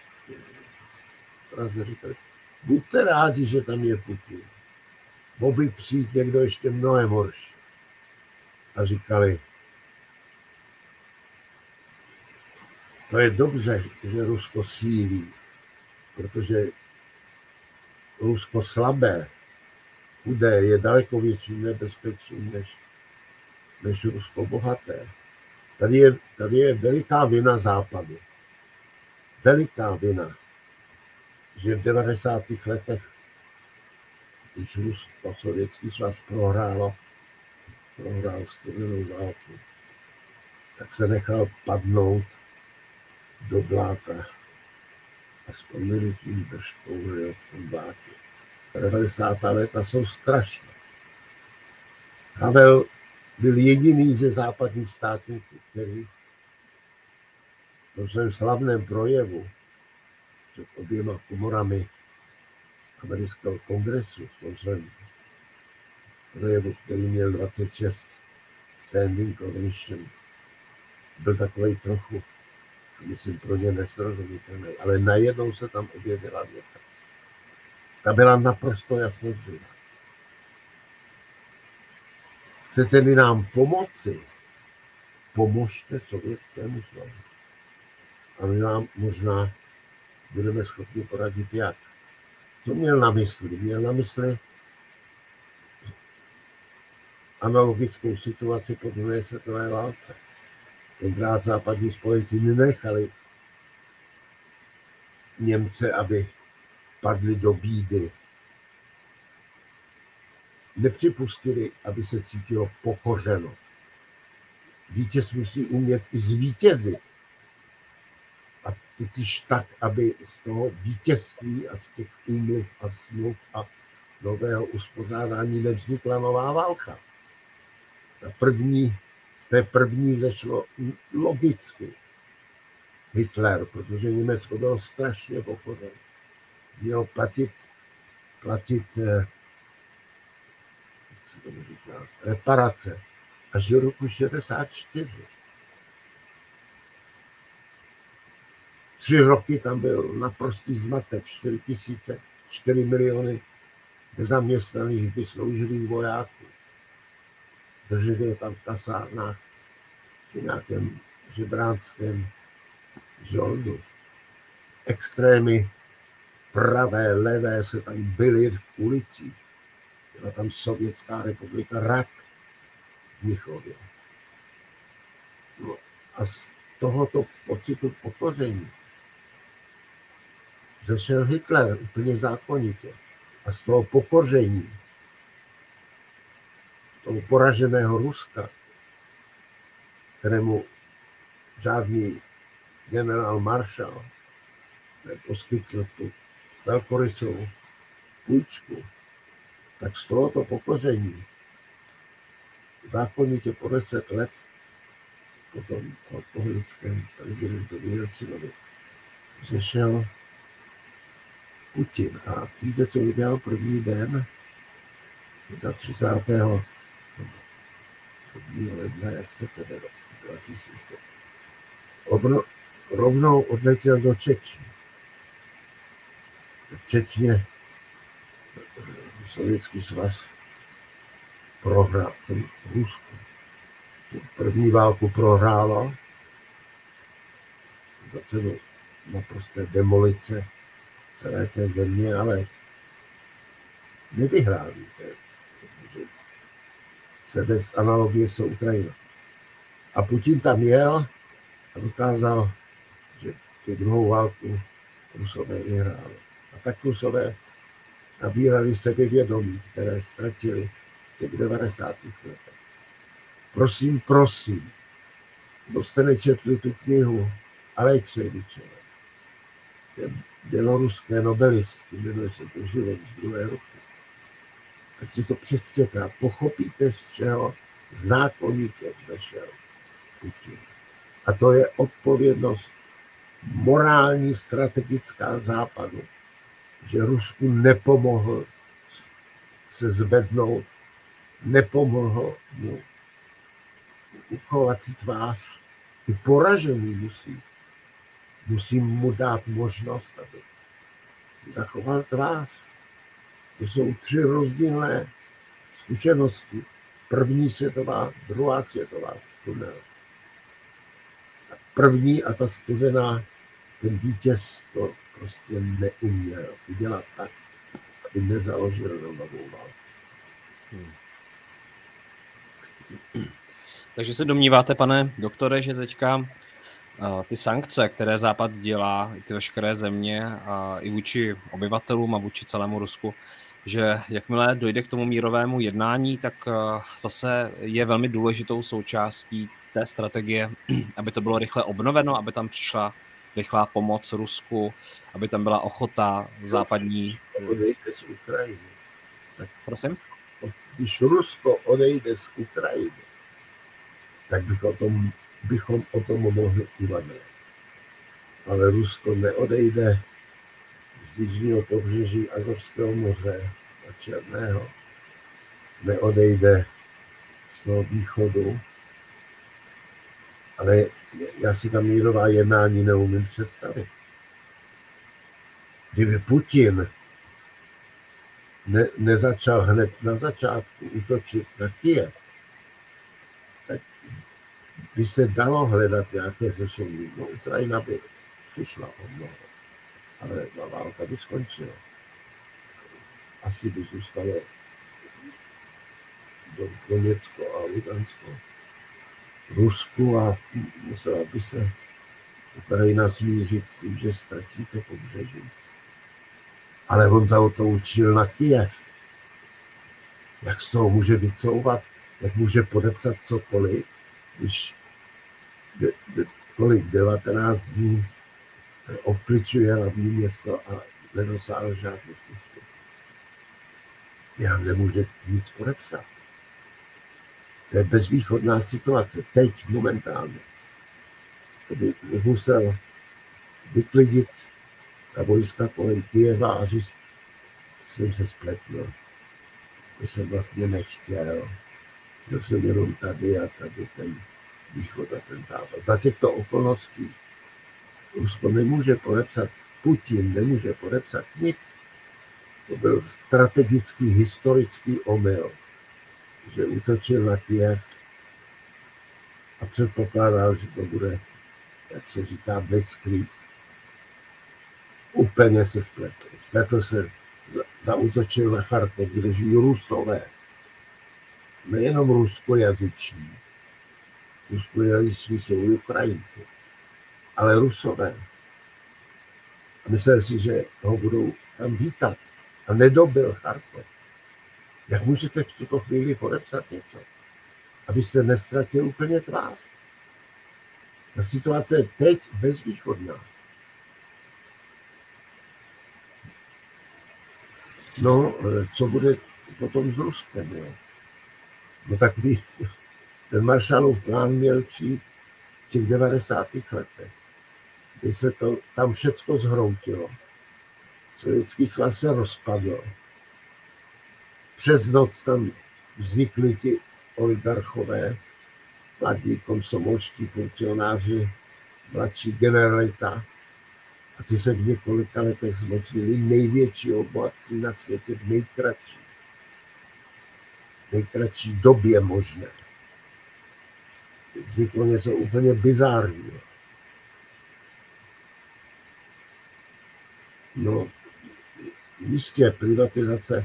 Praze říkali, buďte rádi, že tam je Putin. Mohl by přijít někdo ještě mnohem horší. A říkali, to je dobře, že Rusko sílí, protože Rusko slabé, chudé je daleko větším nebezpečím než Rusko bohaté. Tady je veliká vina Západu. Veliká vina, že v 90. letech, když Rusko, Sovětský svaz prohrál studenou válku, tak se nechal padnout do bláta a s prominutím držkou žil v tom blátě. 90. léta jsou strašné. Havel byl jediný ze západních státníků, který v tom svém slavném projevu před oběma komorami amerického kongresu, v tom svém projevu, který měl 26 standing ovation, byl takovej trochu, myslím, pro ně nesrozumitelný, ale najednou se tam objevila věta. Ta byla naprosto jasně zřejmá. Chcete-li nám pomoci, pomožte Sovětskému svazu. A my vám možná budeme schopni poradit jak. Co měl na mysli? Měl na mysli analogickou situaci po druhé světové válce. Tenkrát západní spojenci nenechali Němce, aby padli do bídy. Nepřipustili, aby se cítilo pokořeno. Vítěz musí umět i zvítězit. A totiž tak, aby z toho vítězství a z těch úmluv a smluv a nového uspořádání nevznikla nová válka. Z té první vzešlo logicky Hitler, protože Německo bylo strašně pokořeno. Mělo platit reparace až do roku 64. 3 roky tam byl naprostý zmatek, 4 miliony nezaměstnaných vysloužilých vojáků. Drželi je tam v kasárnách při nějakém žebráckém žoldu. Extrémy pravé, levé se tam byly v ulicích. Byla tam Sovětská republika RAK v Mnichově. No a z tohoto pocitu pokoření zešel Hitler úplně zákonitě. A z toho pokoření toho poraženého Ruska, kterému žádný generál Marshall neposkytl tu velkorysou půjčku, tak z tohoto pokoření zákonitě po 10 let potom alkoholickém prezidentovi Jelcinovi zešel Putin. A víte, co udělal první den? 30. 1. ledna, jak chcete, 2000. Rovnou odletěl do Čečny. V Čečně Sovětský svaz prohrál Rusku. První válku prohrálo za cenu naprosté demolice celé té země, ale nevyhráli. Se bez analogie s Ukrajinou. A Putin tam jel a dokázal, že tu druhou válku Rusové vyhráli. A tak Rusové nabírali sebevědomí, které ztratili v těch 90. letech. Prosím, kdo jste nečetli tu knihu Alexejevičové, běloruské nobelistky, jmenuje se to Život z druhé ruky, tak si to přečtěte a pochopíte, z čeho zákonitě vzešel Putin. A to je odpovědnost morální, strategická Západu, že Rusku nepomohl se zvednout, nepomohl mu uchovat si tvář. I poražený musí mu dát možnost, aby si zachoval tvář. To jsou 3 rozdílné zkušenosti. První světová, druhá světová studená. První a ta studená, ten vítěz to prostě neuměl udělat tak, aby nezaložil novou válku. Takže se domníváte, pane doktore, že teďka ty sankce, které Západ dělá, ty veškeré země i vůči obyvatelům a vůči celému Rusku, že jakmile dojde k tomu mírovému jednání, tak zase je velmi důležitou součástí té strategie, aby to bylo rychle obnoveno, aby tam přišla rychlá pomoc Rusku, aby tam byla ochota západní... Odejde z Ukrajiny. Tak prosím? Když Rusko odejde z Ukrajiny, tak bychom o tom mohli uvažovat. Ale Rusko neodejde z jižního pobřeží Azovského moře a Černého, neodejde z toho východu, ale já si tam mírová jednání neumím představit. Kdyby Putin nezačal hned na začátku útočit na Kyjev, tak by se dalo hledat nějaké řešení. No, Ukrajina by přišla o mnoho, ale válka by skončila. Asi by zůstalo do Německo a Lugansko, Rusku a musela by se Ukrajina smířit s tím, že ztratí to pobřeží. Ale on to učil na Kyjev. Jak z toho může vycouvat, jak může podepsat cokoliv, když 19 dní obkličuje hlavní město a nedosáhl žádných úspěch. Já nemůže nic podepsat. To je bezvýchodná situace, teď momentálně. Kdyby musel vyklidit ta vojska kolem Kyjeva a říct, jsem se spletl, to jsem vlastně nechtěl, že jsem jenom tady a tady ten východ a ten západ. Za těchto okolností Rusko nemůže podepsat, Putin nemůže podepsat nic. To byl strategický, historický omyl, že útočil na Kyjev a předpokládal, že to bude, jak se říká, blitzkrieg. Úplně se spletl. Spletl se, zaútočil na Charkov, kde žijí Rusové. Nejenom ruskojazyční. Ruskojazyční jsou i Ukrajinci, ale Rusové. A myslel si, že ho budou tam vítat. A nedobil Charkov. Jak můžete v tuto chvíli podepsat něco? Abyste nestratil úplně tvář. Ta situace je teď bezvýchodná. No, co bude potom s Ruskem, jo? No takový, ten Marshallův plán měl přijít v těch 90. letech, kdy se to tam všecko zhroutilo. Sovětský svaz se rozpadl. Přes noc tam vznikli ti oligarchové, mladí komsomolští funkcionáři, mladší generalita, a ty se v několika letech zmocnili největšího bohatství na světě v nejkratší době možné. Vzniklo něco úplně bizárního. No, jistě privatizace,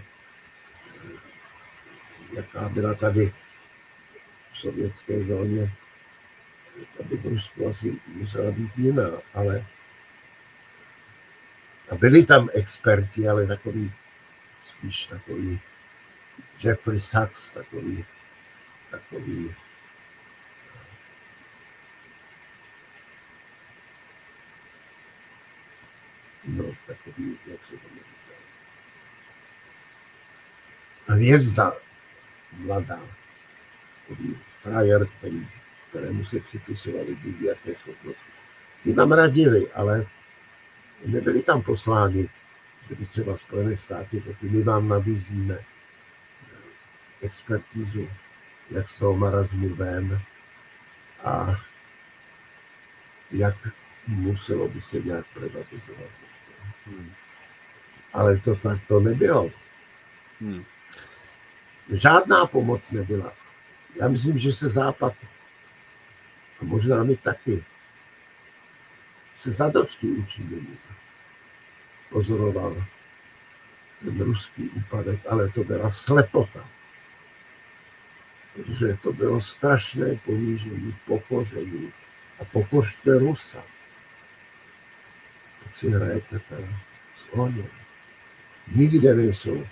jaká byla tady v sovětské zóně, tady v Rusku asi musela být jiná, ale a byli tam experti, ale spíš takový Jeffrey Sachs, takový no, takový, jak se to říká, hvězda mladá, takový frajer, kterému se připisovali diviaké schopnosti. My tam radili, ale nebyli tam posláni, že by třeba Spojené státy, protože my vám nabízíme expertízu, jak z toho marazmu ven a jak muselo by se nějak privatizovat. Ale to tak to nebylo. Žádná pomoc nebyla. Já myslím, že se Západ, a možná my taky, se zadosti učinění pozoroval ten ruský úpadek, ale to byla slepota. Protože to bylo strašné ponížení, pokoření. A pokořte Rusa. Tak si hrajete teda s ohněm. Nikde nejsou,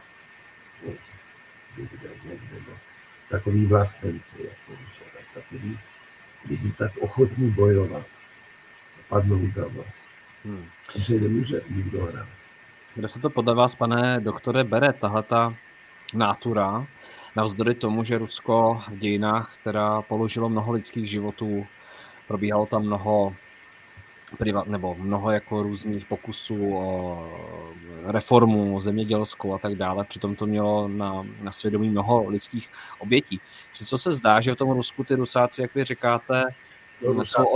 někde, takový vlastenci, jako Rusové, takový lidi tak ochotní bojovat a padnout za vlast. Takže nemůže nikdo hrát. Kde se to podle vás, pane doktore, bere tahleta nátura, navzdory tomu, že Rusko v dějinách, která položilo mnoho lidských životů, probíhalo tam mnoho jako různých pokusů o reformu zemědělskou a tak dále. Přitom to mělo na svědomí mnoho lidských obětí. Co se zdá, že v tom Rusku ty Rusáci, jak vy říkáte, jsou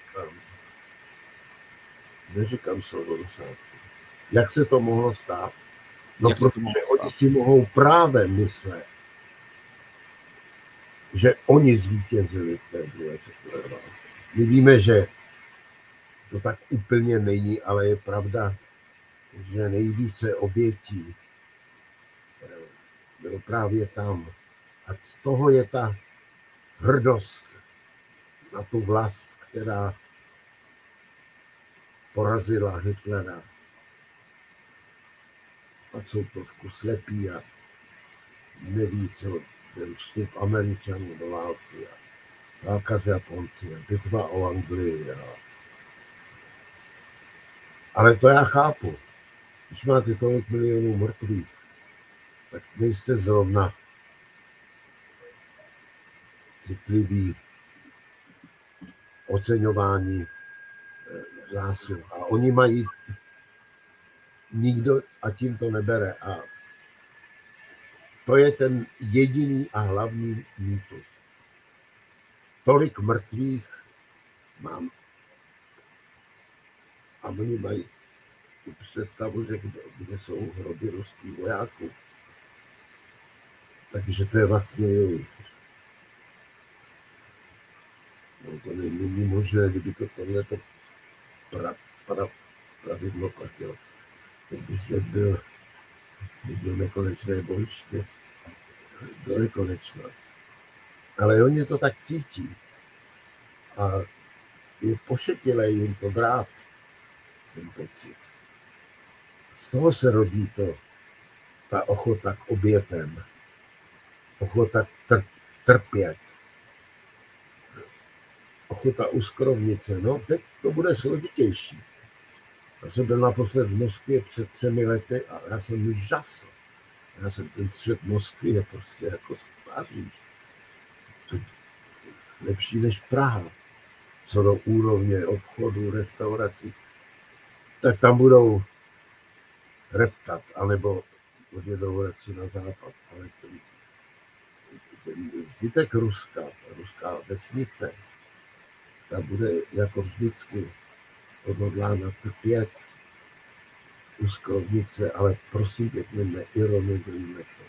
Neříkám slovo Rusáci. Jak se to mohlo stát? No, protože oni si mohou právě myslet, že oni zvítězili v té druhé světové válce. My víme, že to tak úplně není, ale je pravda, že nejvíce obětí bylo právě tam. A z toho je ta hrdost na tu vlast, která porazila Hitlera. A jsou trošku slepí a neví, co byl vstup Američanů do války a válka s Japonci a bitva o Anglii. Ale to já chápu. Když máte tolik milionů mrtvých, tak nejste zrovna citlivý oceňování zásluh. A oni mají, nikdo a tím to nebere. A to je ten jediný a hlavní mýtus. Tolik mrtvých mám. A oni mají tu představu, že kde jsou hroby ruských vojáků. Takže to je vlastně jejich. No, to není možné, kdyby to tohleto pravidlo platilo. Tak by svět byl nekonečné bojiště. Do nekonečna. Ale oni to tak cítí. A je pošetilé jim to brát, ten pocit. Z toho se rodí ta ochota k obětem. Ochota trpět. Ochota uskrovnit se. No, teď to bude složitější. Já jsem byl naposled v Moskvě před 3 lety a já jsem žasl. Ten svět Moskvy je prostě jako Paříž. Lepší než Praha. Co do úrovně obchodu, restaurací. Tak tam budou reptat, anebo odjedou radši na západ. Ale ten zbytek ruská vesnice, ta bude jako vždycky odhodlána trpět, uskrovnit se, ale prosím pěkně, neironizujme to.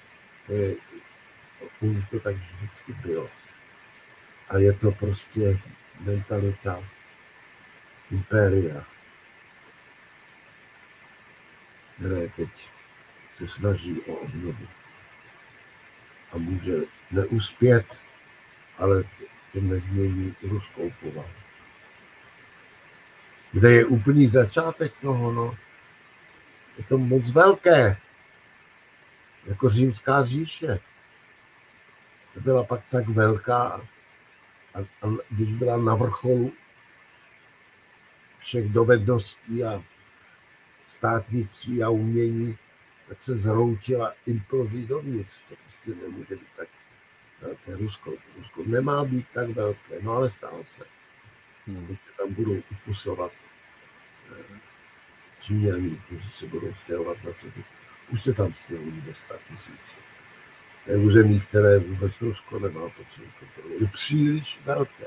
Už to tak vždycky bylo. A je to prostě mentalita impéria, které teď se snaží o obnovu. A může neuspět, ale to nezmění ruskou povahu. Kde je úplný začátek toho, no? Je to moc velké. Jako Římská říše. To byla pak tak velká a když byla na vrcholu všech dovedností a státnictví a umění, tak se zhroutila implozí dovnitř. To prostě nemůže být tak velké Rusko. Rusko nemá být tak velké, no ale stalo se. Teď se tam budou ukusovat Číňaní, kteří se budou stěhovat na sebe. Už se tam stěhují do 100 000. To je území, které vůbec Rusko nemá pod svou kontrolou. Je příliš velké.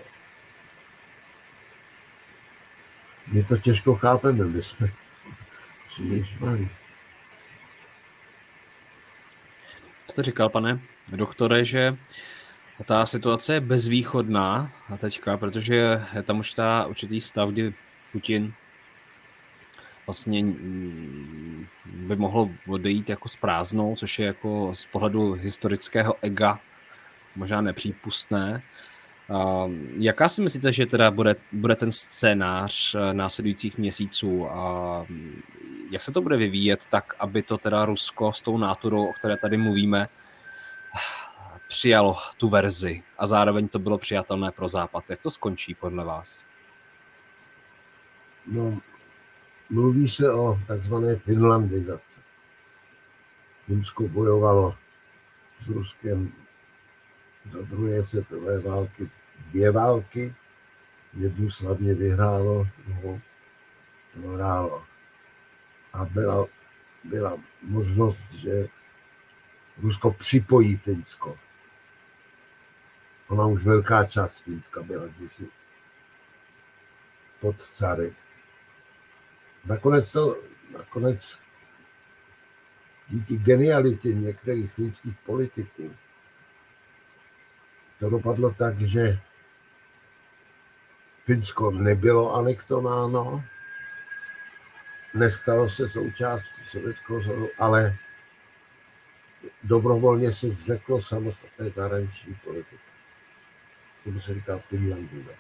My to těžko chápeme, my jsme příliš malí. Jste říkal, pane doktore, že ta situace je bezvýchodná a teďka, protože je tam už určitý stav, kdy Putin vlastně by mohl odejít jako s prázdnou, což je jako z pohledu historického ega možná nepřípustné. Jaká si myslíte, že teda bude ten scénář následujících měsíců a jak se to bude vyvíjet tak, aby to teda Rusko s tou náturou, o které tady mluvíme, přijalo tu verzi a zároveň to bylo přijatelné pro Západ? Jak to skončí podle vás? No, mluví se o takzvané finlandizaci. Finsko bojovalo s Ruskem za druhé světové války 2 války. Jednu slavně vyhrálo, druhou prohrálo. A byla možnost, že Rusko připojí Finsko. Ona už velká část Finska byla kdysi pod cary. Nakonec díky genialitě některých finských politiků to dopadlo tak, že Finsko nebylo anektováno, nestalo se součástí Sovětského svazu, ale dobrovolně se zřeklo samostatné zahraniční politiky. To se říká Finlandizace.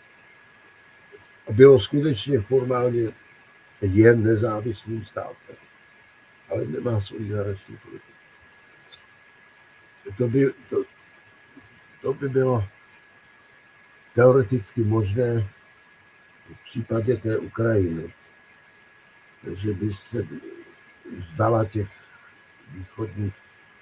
A bylo skutečně formálně jen nezávislým státem, ale nemá svou zahraniční politiku. To by bylo teoreticky možné v případě té Ukrajiny, že by se vzdala těch východních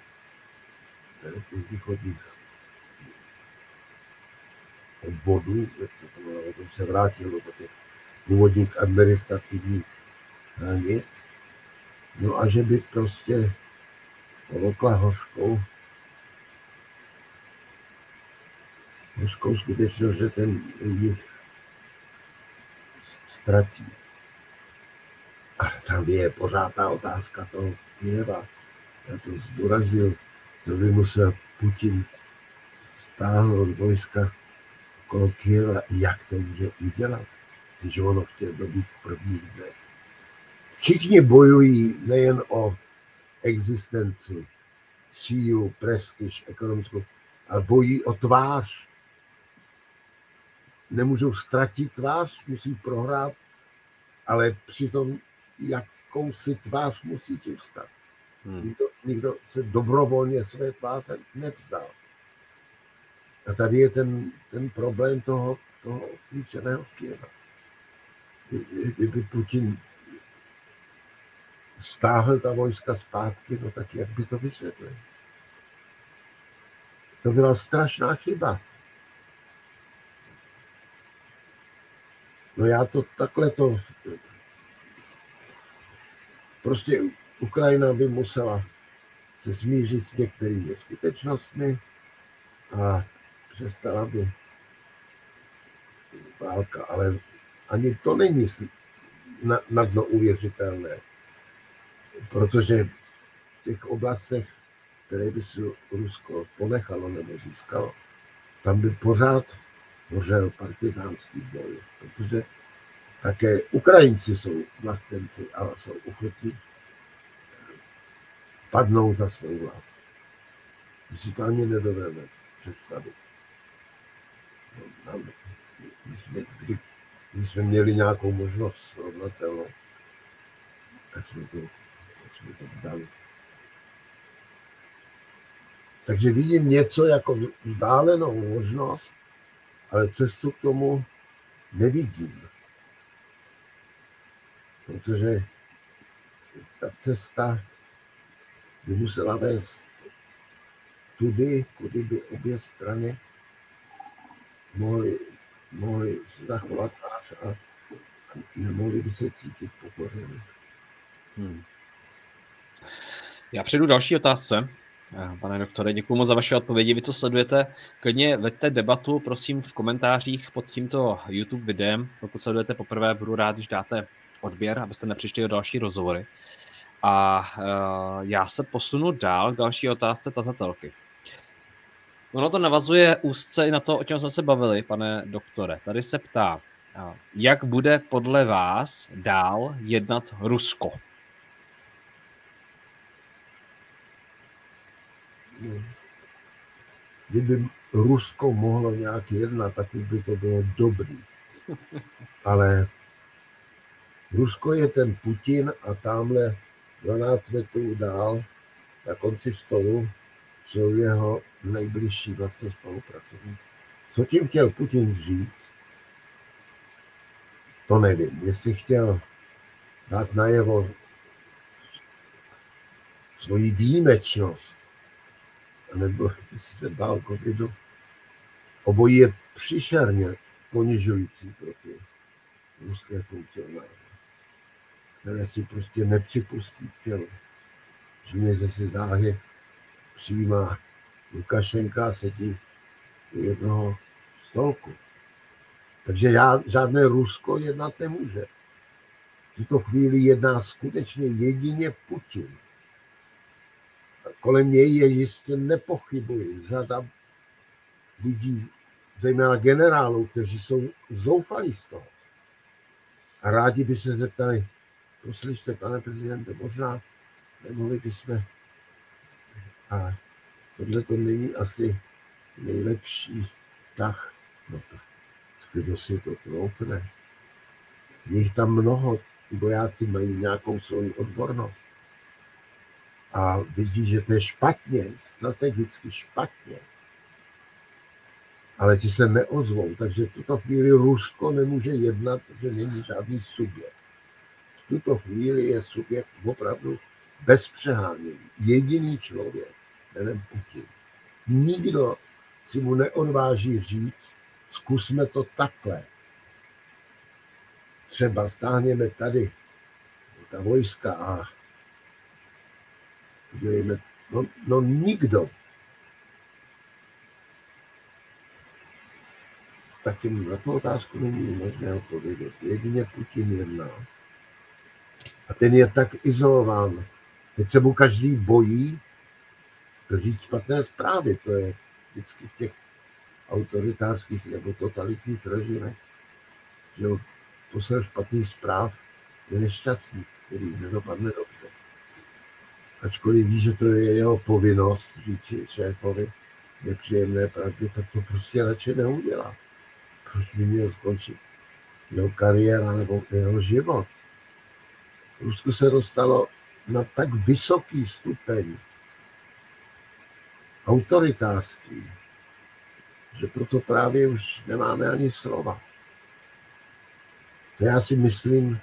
obvodů, potom se vrátilo do těch původních administrativních hranic. No a že by prostě polokla hořkou skutečnost, že ten jich ztratí. Tam je pořád ta otázka toho Kyjeva. Já to zdůraznil, to by musel Putin stáhnout vojska kolem Kyjeva. Jak to může udělat, když ono chtěl dobít v prvních dnech? Všichni bojují nejen o existenci, sílu, prestiž, ekonomickou, ale bojí o tvář. Nemůžou ztratit tvář, musí prohrát, ale přitom jakousi tvář musí zůstat. Nikdo se dobrovolně své tváře nevzdal. A tady je ten problém toho klíčeného Kyjeva. Kdyby Putin stáhl ta vojska zpátky, no tak jak by to vysvětlil? To byla strašná chyba. No já to takhle to... Prostě Ukrajina by musela se smířit s některými skutečnostmi a přestala by válka. Ale ani to není na dno uvěřitelné, protože v těch oblastech, které by si Rusko ponechalo nebo získalo, tam by pořád hořel partizánský boj, protože také Ukrajinci jsou vlastenci a jsou ochotní padnout za svou vlast. My si to ani nedovedeme představit. Když jsme měli nějakou možnost srovnatelnou, tak jsme to dali. Takže vidím něco jako vzdálenou možnost, ale cestu k tomu nevidím. Protože ta cesta by musela vést tudy, kudy by obě strany mohly zachovat a nemohli by se cítit pokořeny. Já přejdu další otázce. Pane doktore, děkuji moc za vaše odpovědi. Vy, co sledujete, klidně veďte debatu, prosím, v komentářích pod tímto YouTube videem. Pokud sledujete poprvé, budu rád, když dáte odběr, abyste nepřišli o další rozhovory. A já se posunu dál k další otázce tazatelky. Ono to navazuje úzce i na to, o čem jsme se bavili, pane doktore. Tady se ptá, jak bude podle vás dál jednat Rusko? Kdyby Rusko mohlo nějak jednat, tak už by to bylo dobrý. Ale Rusko je ten Putin a tamhle 12 metrů dál na konci stolu jsou jeho nejbližší vlastně spolupracovníci. Co tím chtěl Putin říct, to nevím. Jestli chtěl dát najevo svoji výjimečnost, anebo jestli se bál covidu, obojí je příšerně ponižující pro ty ruské funkcionáře, které si prostě nepřipustí tělo. Že mě zase záhy přijímá Lukašenka a sedí u jednoho stolku. Takže žádné Rusko jednat nemůže. V tuto chvíli jedná skutečně jedině Putin. A kolem něj je jistě nepochybuji řada lidí, zejména generálů, kteří jsou zoufalí z toho. A rádi by se zeptali, poslyšte, pane prezidente, možná nemohli bychom, ale tohle to není asi nejlepší tah. No tak, kdo si to troufne? Je jich tam mnoho, ty vojáci mají nějakou svou odbornost. A vidí, že to je špatně, strategicky špatně. Ale ti se neozvou, takže v tuto chvíli Rusko nemůže jednat, protože není žádný subjekt. V tuto chvíli je subjekt opravdu bez přehánění. Jediný člověk, jménem Putin. Nikdo si mu neodváží říct, zkusme to takhle. Třeba stáhněme tady ta vojska a udělejme, no nikdo. Tak na tu otázku není možné odpovědět. Jedině Putin jedná. A ten je tak izolován. Teď se mu každý bojí říct špatné zprávy. To je vždycky v těch autoritářských nebo totalitních režimech. Že posel špatných zpráv je nešťastný, který nedopadne dobře. Ačkoliv ví, že to je jeho povinnost říct šéfovi nepříjemné pravdy, tak to prostě radši neudělá. Proč by měl skončit jeho kariéra nebo jeho život? Rusko se dostalo na tak vysoký stupeň autoritářství, že proto právě už nemáme ani slova. To já si myslím,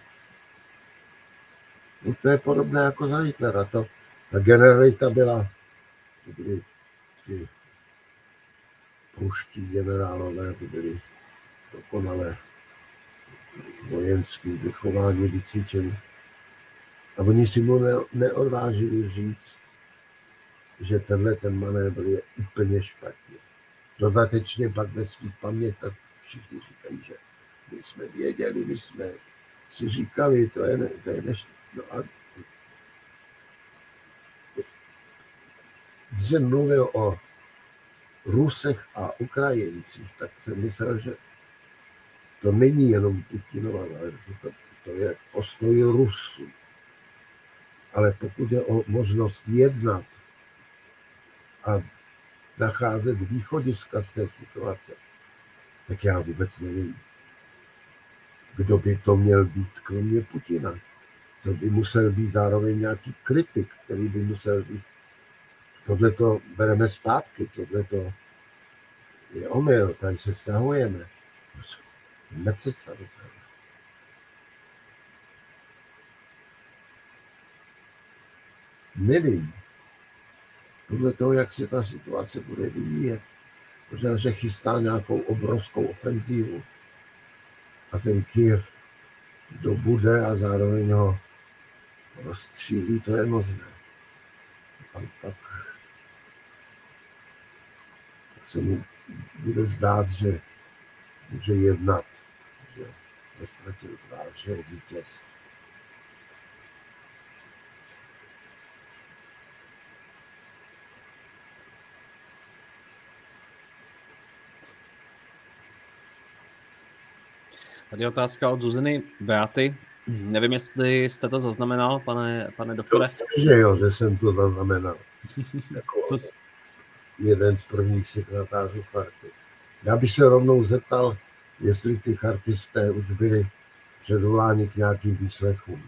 no to je podobné jako za Hitlera. Ta generalita byla, to byli ty pruští generálové, to byli dokonale vojenský vychování, vycvičení. A oni si mu neodvážili říct, že ten manévr je úplně špatně. Dodatečně pak ve svých pamětách všichni říkají, že my jsme věděli, my jsme si říkali, to je no a když jsem mluvil o Rusech a Ukrajincích, tak jsem myslel, že to není jenom Putinova záležitost, to je postoj Rusů. Ale pokud je o možnost jednat a nacházet východiska z té situace, tak já vůbec nevím, kdo by to měl být, kromě Putina. To by musel být zároveň nějaký kritik, který by musel být. Tohle to bereme zpátky, tohle to je omyl, tady se stahujeme. Nepředstavitelné. Nevím. Podle toho, jak se ta situace bude vyvíjet. Možná, že chystá nějakou obrovskou ofenzívu. A ten Kyjev dobude a zároveň ho rozstřílí, to je možné. A pak se mu bude zdát, že může jednat, že nestratil tvář, že je vítěz. Tady je otázka od Zuzany Beaty. Nevím, jestli jste to zaznamenal, pane doktore. Že jo, že jsem to zaznamenal. Jako jeden z prvních signatářů charty. Já bych se rovnou zeptal, jestli ty chartisté už byli předvoláni k nějakým výslechům.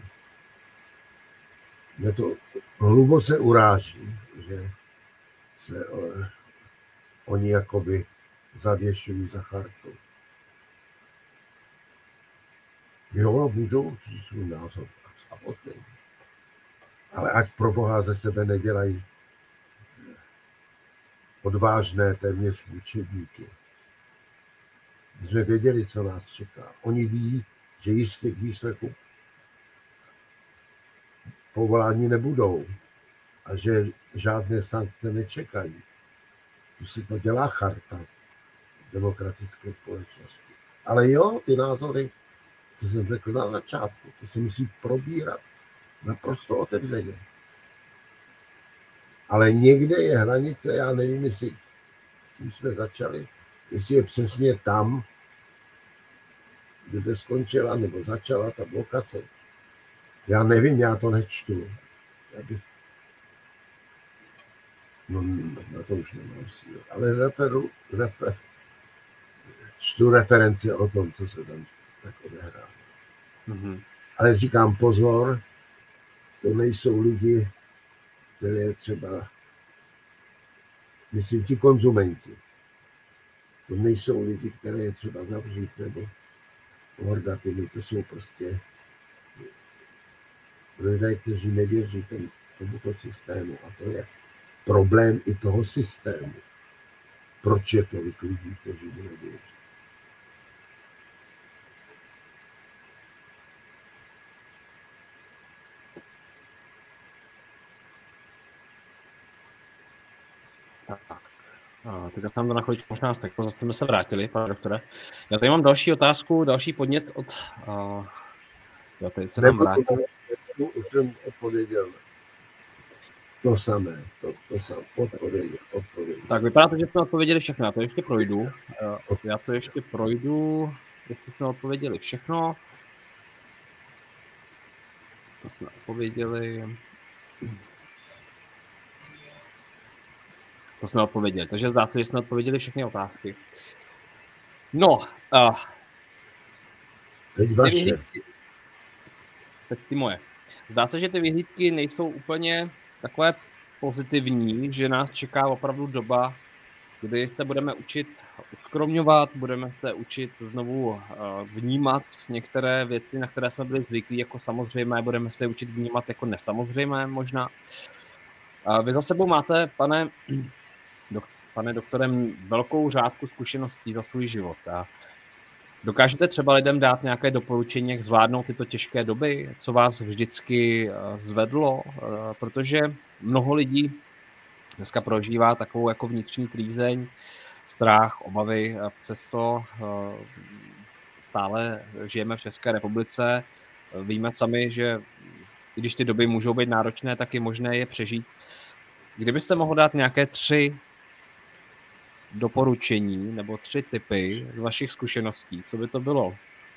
Mě to hluboce uráží, že se oni jakoby zavěšují za chartu. Jo, můžou říct svůj názor, samozřejmě. Ale ať pro Boha ze sebe nedělají odvážné téměř mučedníky. My jsme věděli, co nás čeká. Oni ví, že jistě k výslechu povolání nebudou a že žádné sankce nečekají. Tu si to dělá charta demokratické společnosti. Ale jo, ty názory, to jsem řekl na začátku, to se musí probírat naprosto otevřeně. Ale někde je hranice, já nevím, jestli tím jsme začali, jestli je přesně tam, kde skončila nebo začala ta blokace. Já nevím, já to nečtu. No, na to už nemám sílu. Ale čtu reference o tom, co se tam tak odehrává. Mm-hmm. Ale říkám pozor, to nejsou lidi, které třeba, myslím, ti konzumenti. To nejsou lidi, které je třeba zavřít nebo hordatými. To jsou prostě lidé, kteří nevěří tomuto systému. A to je problém i toho systému. Proč je tolik lidí, kteří mu nevěří? Tak tam to na chvíličku možná steklo, zase jsme se vrátili, pane doktore. Já tady mám další otázku, další podnět od... teď se nám vrátí. už jsem odpověděl. To samé, to samé, odpověděl. Tak vypadá to, že jsme odpověděli všechno, já to ještě projdu. Jestli jsme odpověděli všechno. To jsme odpověděli. Takže zdá se, že jsme odpověděli všechny otázky. No. Teď vaše. Teď ty moje. Zdá se, že ty vyhlídky nejsou úplně takové pozitivní, že nás čeká opravdu doba, kdy se budeme učit uskromňovat, budeme se učit znovu vnímat některé věci, na které jsme byli zvyklí jako samozřejmé, budeme se učit vnímat jako nesamozřejmé možná. Vy za sebou máte, pane doktorem, velkou řádku zkušeností za svůj život. Dokážete třeba lidem dát nějaké doporučení, jak zvládnout tyto těžké doby? Co vás vždycky zvedlo? Protože mnoho lidí dneska prožívá takovou jako vnitřní trýzeň, strach, obavy. Přesto stále žijeme v České republice. Víme sami, že i když ty doby můžou být náročné, tak je možné je přežít. Kdybyste mohl dát nějaké 3 doporučení nebo 3 tipy z vašich zkušeností, co by to bylo?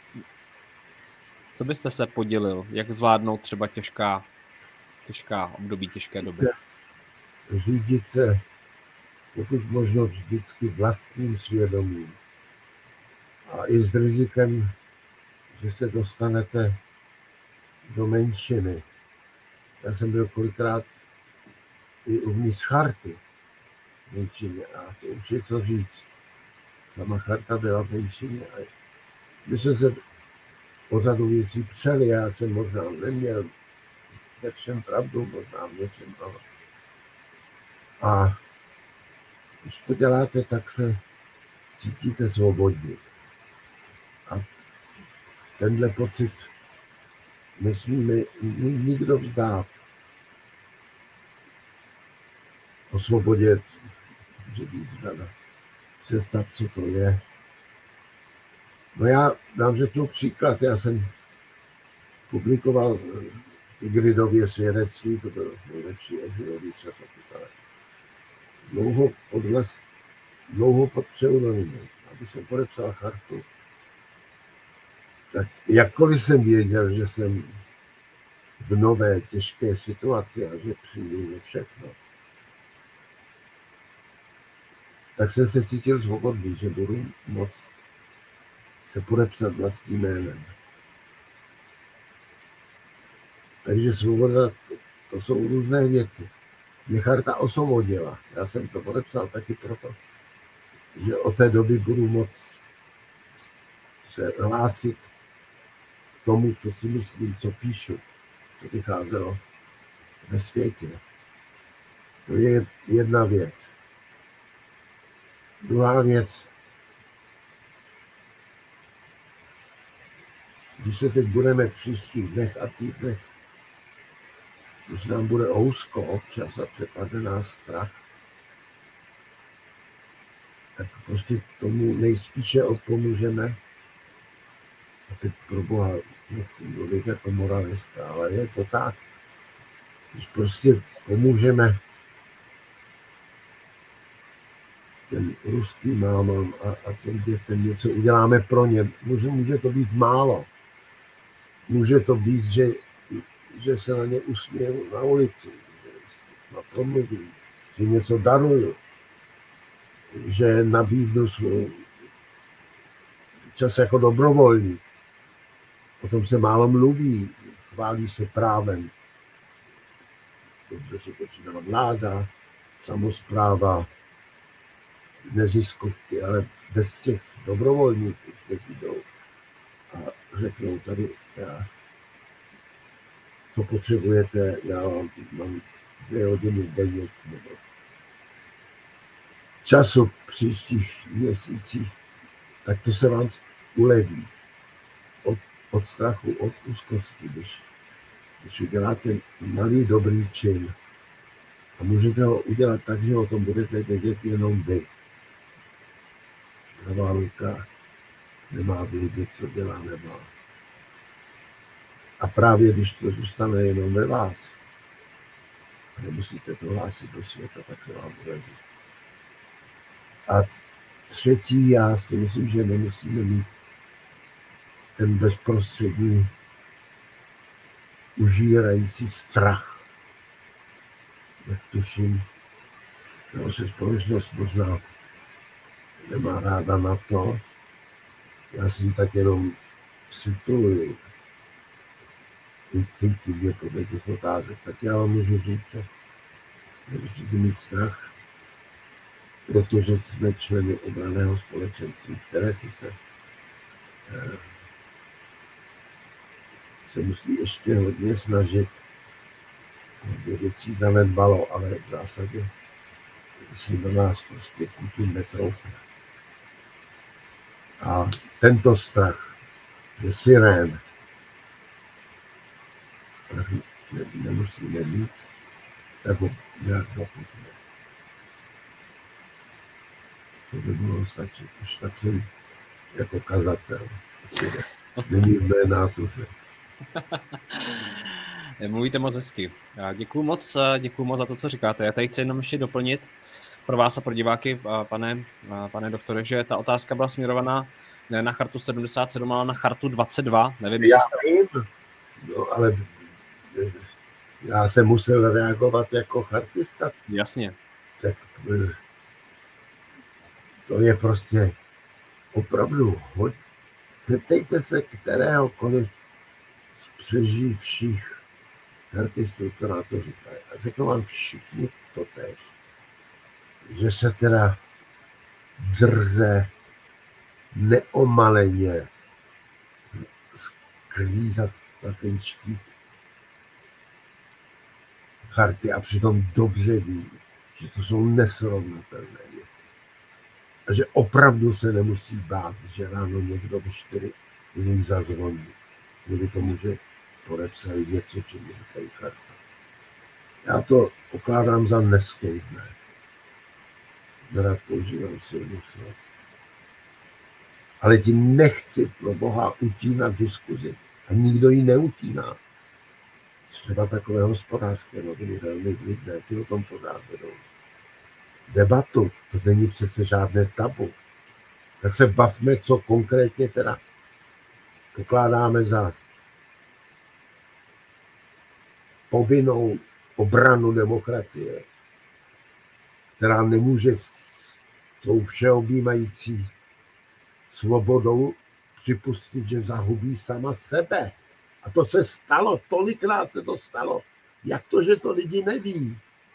Co byste se podělil? Jak zvládnout třeba těžká období, těžké doby? Řídit se pokud možno vždycky vlastním svědomím. A i s rizikem, že se dostanete do menšiny. Já jsem byl kolikrát i uvnitř charty v menšině a to už je co říct. Sama charta byla v menšině a my jsme se o řadu věcí přeli, já jsem možná neměl ve všem pravdu, možná v něčem ano. A když to děláte, tak se cítíte svobodně. A tenhle pocit nesmíme nikdo vzdát. O svobodě může být řada představ, co to je. No já vám řeknu příklad, já jsem publikoval Ygridově svědectví, to byl nejlepší Ygridový časopis, ale dlouho pod pseudonymem, aby jsem podepsal chartu. Tak jakkoliv jsem věděl, že jsem v nové těžké situaci a že přijdu všechno, tak jsem se cítil svobodný, že budu moct se podepsat vlastním jménem. Takže svoboda, to jsou různé věci. Mě charta osvobodila. Já jsem to podepsal taky proto, že od té doby budu moct se hlásit k tomu, co si myslím, co píšu, co vycházelo ve světě. To je jedna věc. Druhá věc, když se teď budeme v příštích dnech a týdnech, když nám bude ousko občas a přepadne nás strach, tak prostě tomu nejspíše odpomůžeme. A teď pro Boha nechci mluvit jako moralista, ale je to tak. Když prostě pomůžeme těm ruským mámám a těm dětem něco uděláme pro ně, může to být málo. Může to být, že se na ně usměju na ulici, že promluvím, že něco daruju, že nabídnu svůj čas jako dobrovolník. O tom se málo mluví, chválí se právem. Dobře se počítá vláda, samospráva, neziskovky, ale bez těch dobrovolníků, kteří jdou a řeknou tady, co potřebujete, já vám mám 2 hodiny denně nebo času v příštích měsících, tak to se vám uleví od strachu, od úzkosti, když uděláte malý dobrý čin a můžete ho udělat tak, že o tom budete vědět jenom vy. Pravá ruka nemá vědět, co dělá nemá. A právě když to zůstane jenom ve vás, a nemusíte to hlásit do světa, tak se vám bude líbit. A třetí, já si myslím, že nemusíme mít ten bezprostřední užírající strach. Jak tuším, naše společnost možná nemá ráda na to. Já si ji tak jenom situuji instinktivně podle těch otázek. Tak já vám můžu říct, že nemusíte mít strach, protože jsme členy obranného společenství, které sice se musí ještě hodně snažit, hodně věcí zanedbalo, ale v zásadě si do nás prostě Putin netroufne. A tento strach je sirén. Strach nemusíme mít, tak ho nějak doputne. To by bylo stačit. Už tak jsem jako kazatel. Není v mé nátuře. Mluvíte moc hezky. Děkuju moc za to, co říkáte. Já tady chci jenom ještě doplnit pro vás a pro diváky, pane doktore, že ta otázka byla směrovaná ne na chartu 77, ale na chartu 22. Nevím, já vím, no, ale já jsem musel reagovat jako chartista. Jasně. Tak to je prostě opravdu hodně. Zeptejte se kteréhokoliv z přeživších chartistů, co na to říkají. A řeknu vám všichni totéž. Že se teda drze neomaleně sklízat na ten štít charty a přitom dobře ví, že to jsou nesrovnatelné věci. A že opravdu se nemusí bát, že ráno někdo ve 4 u nich zazvoní, kvůli tomu, že podepsali něco, čemu říkají charta. Já to pokládám za nestoudné. Nerad používám silných slov. Ale tím nechci pro Boha utínat diskuzi. A nikdo ji neutíná. Třeba takové hospodářské noviny velmi vlivné, ty o tom pořád vedou. Debatu, to není přece žádné tabu. Tak se bavme, co konkrétně teda pokládáme za povinnou obranu demokracie, která nemůže tou všeobjímající svobodou připustit, že zahubí sama sebe. A to se stalo, tolikrát se to stalo. Jak to, že to lidi neví?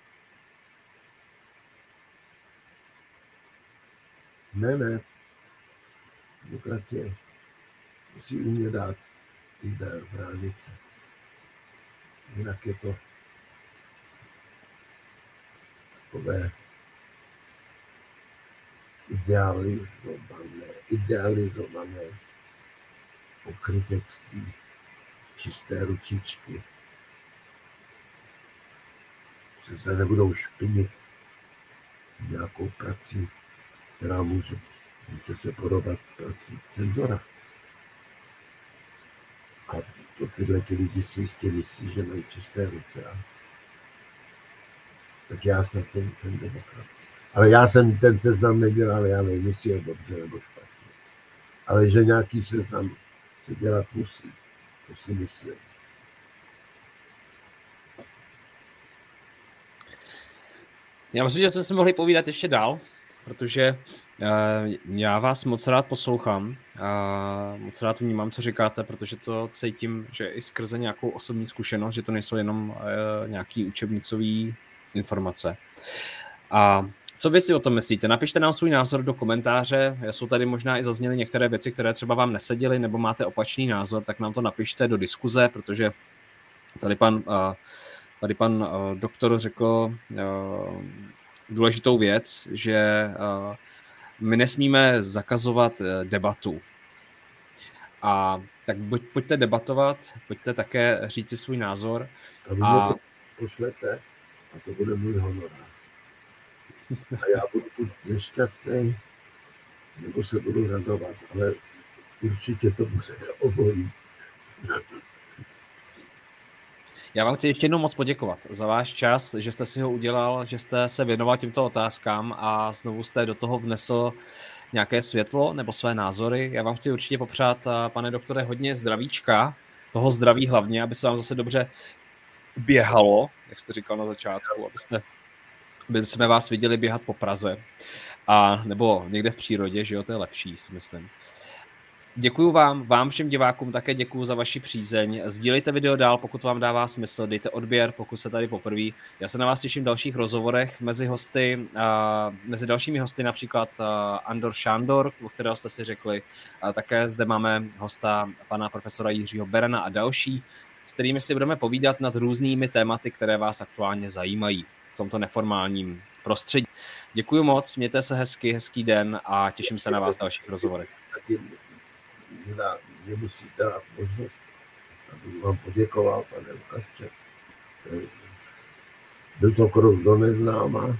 Ne. Demokracie musí umět dát úder, bránit se. Jinak je to takové idealizované pokrytectví, čisté ručičky. Se nebudou špinit nějakou prací, která může se podobat prací cenzora. A to tyhle lidi si jistě myslí, že mají čisté ruce. Tak já snad jsem demokrat. Ale já jsem ten seznam nedělal, já nevím, jestli je dobře nebo špatně. Ale že nějaký seznam se dělat musí, to si myslím. Já myslím, že jsme se mohli povídat ještě dál, protože já vás moc rád poslouchám a moc rád vnímám, co říkáte, protože to cítím, že i skrze nějakou osobní zkušenost, že to nejsou jenom nějaký učebnicový informace. A co vy si o tom myslíte? Napište nám svůj názor do komentáře. Jsou tady možná i zazněly některé věci, které třeba vám neseděly, nebo máte opačný názor, tak nám to napište do diskuze, protože tady pan doktor řekl důležitou věc, že my nesmíme zakazovat debatu. A tak pojďte debatovat, pojďte také říct si svůj názor. A vy mě to pošlete a to bude můj honorár. A já budu buď nešťastný, nebo se budu radovat, ale určitě to bude obojí. Já vám chci ještě jednou moc poděkovat za váš čas, že jste si ho udělal, že jste se věnoval těmto otázkám a znovu jste do toho vnesl nějaké světlo nebo své názory. Já vám chci určitě popřát, pane doktore, hodně zdravíčka, toho zdraví hlavně, aby se vám zase dobře běhalo, jak jste říkal na začátku, aby jsme vás viděli běhat po Praze a nebo někde v přírodě, že jo, to je lepší, si myslím. Děkuju vám všem divákům také děkuju za vaši přízeň. Sdílejte video dál, pokud vám dává smysl, dejte odběr, pokud jste tady poprvé. Já se na vás těším v dalších rozhovorech mezi dalšími hosty, například Andor Šándor, o kterého jste si řekli. Také zde máme hosta pana profesora Jiřího Berana a další, s kterými si budeme povídat nad různými tématy, které vás aktuálně zajímají v tomto neformálním prostředí. Děkuju moc, mějte se hezký den a těším se na vás v dalších rozhovorech. Mě musí dát možnost, abych vám poděkoval, pane Lukáši. Byl to krok do neznáma.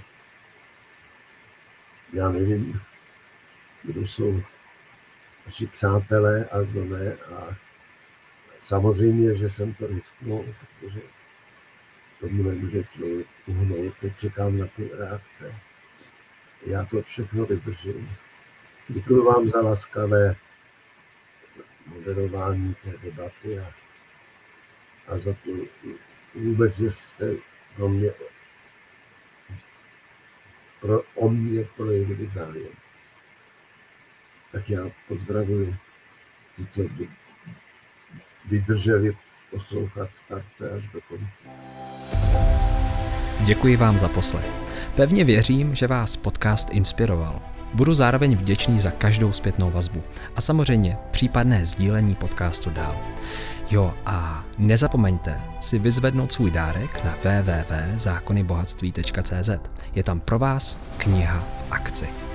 Já nevím, kdo jsou naši přátelé a kdo ne. A samozřejmě, že jsem to risknul, protože tomu nemůže člověk uhnout. Teď čekám na ty reakce. Já to všechno vydržím. Děkuji vám za laskavé moderování té debaty a za to vůbec, že jste o mě projevili zájem. Tak já pozdravuji, že vydrželi poslouchat starce až do konce. Děkuji vám za poslech. Pevně věřím, že vás podcast inspiroval. Budu zároveň vděčný za každou zpětnou vazbu a samozřejmě případné sdílení podcastu dál. Jo, a nezapomeňte si vyzvednout svůj dárek na www.zákonybohatství.cz. Je tam pro vás kniha v akci.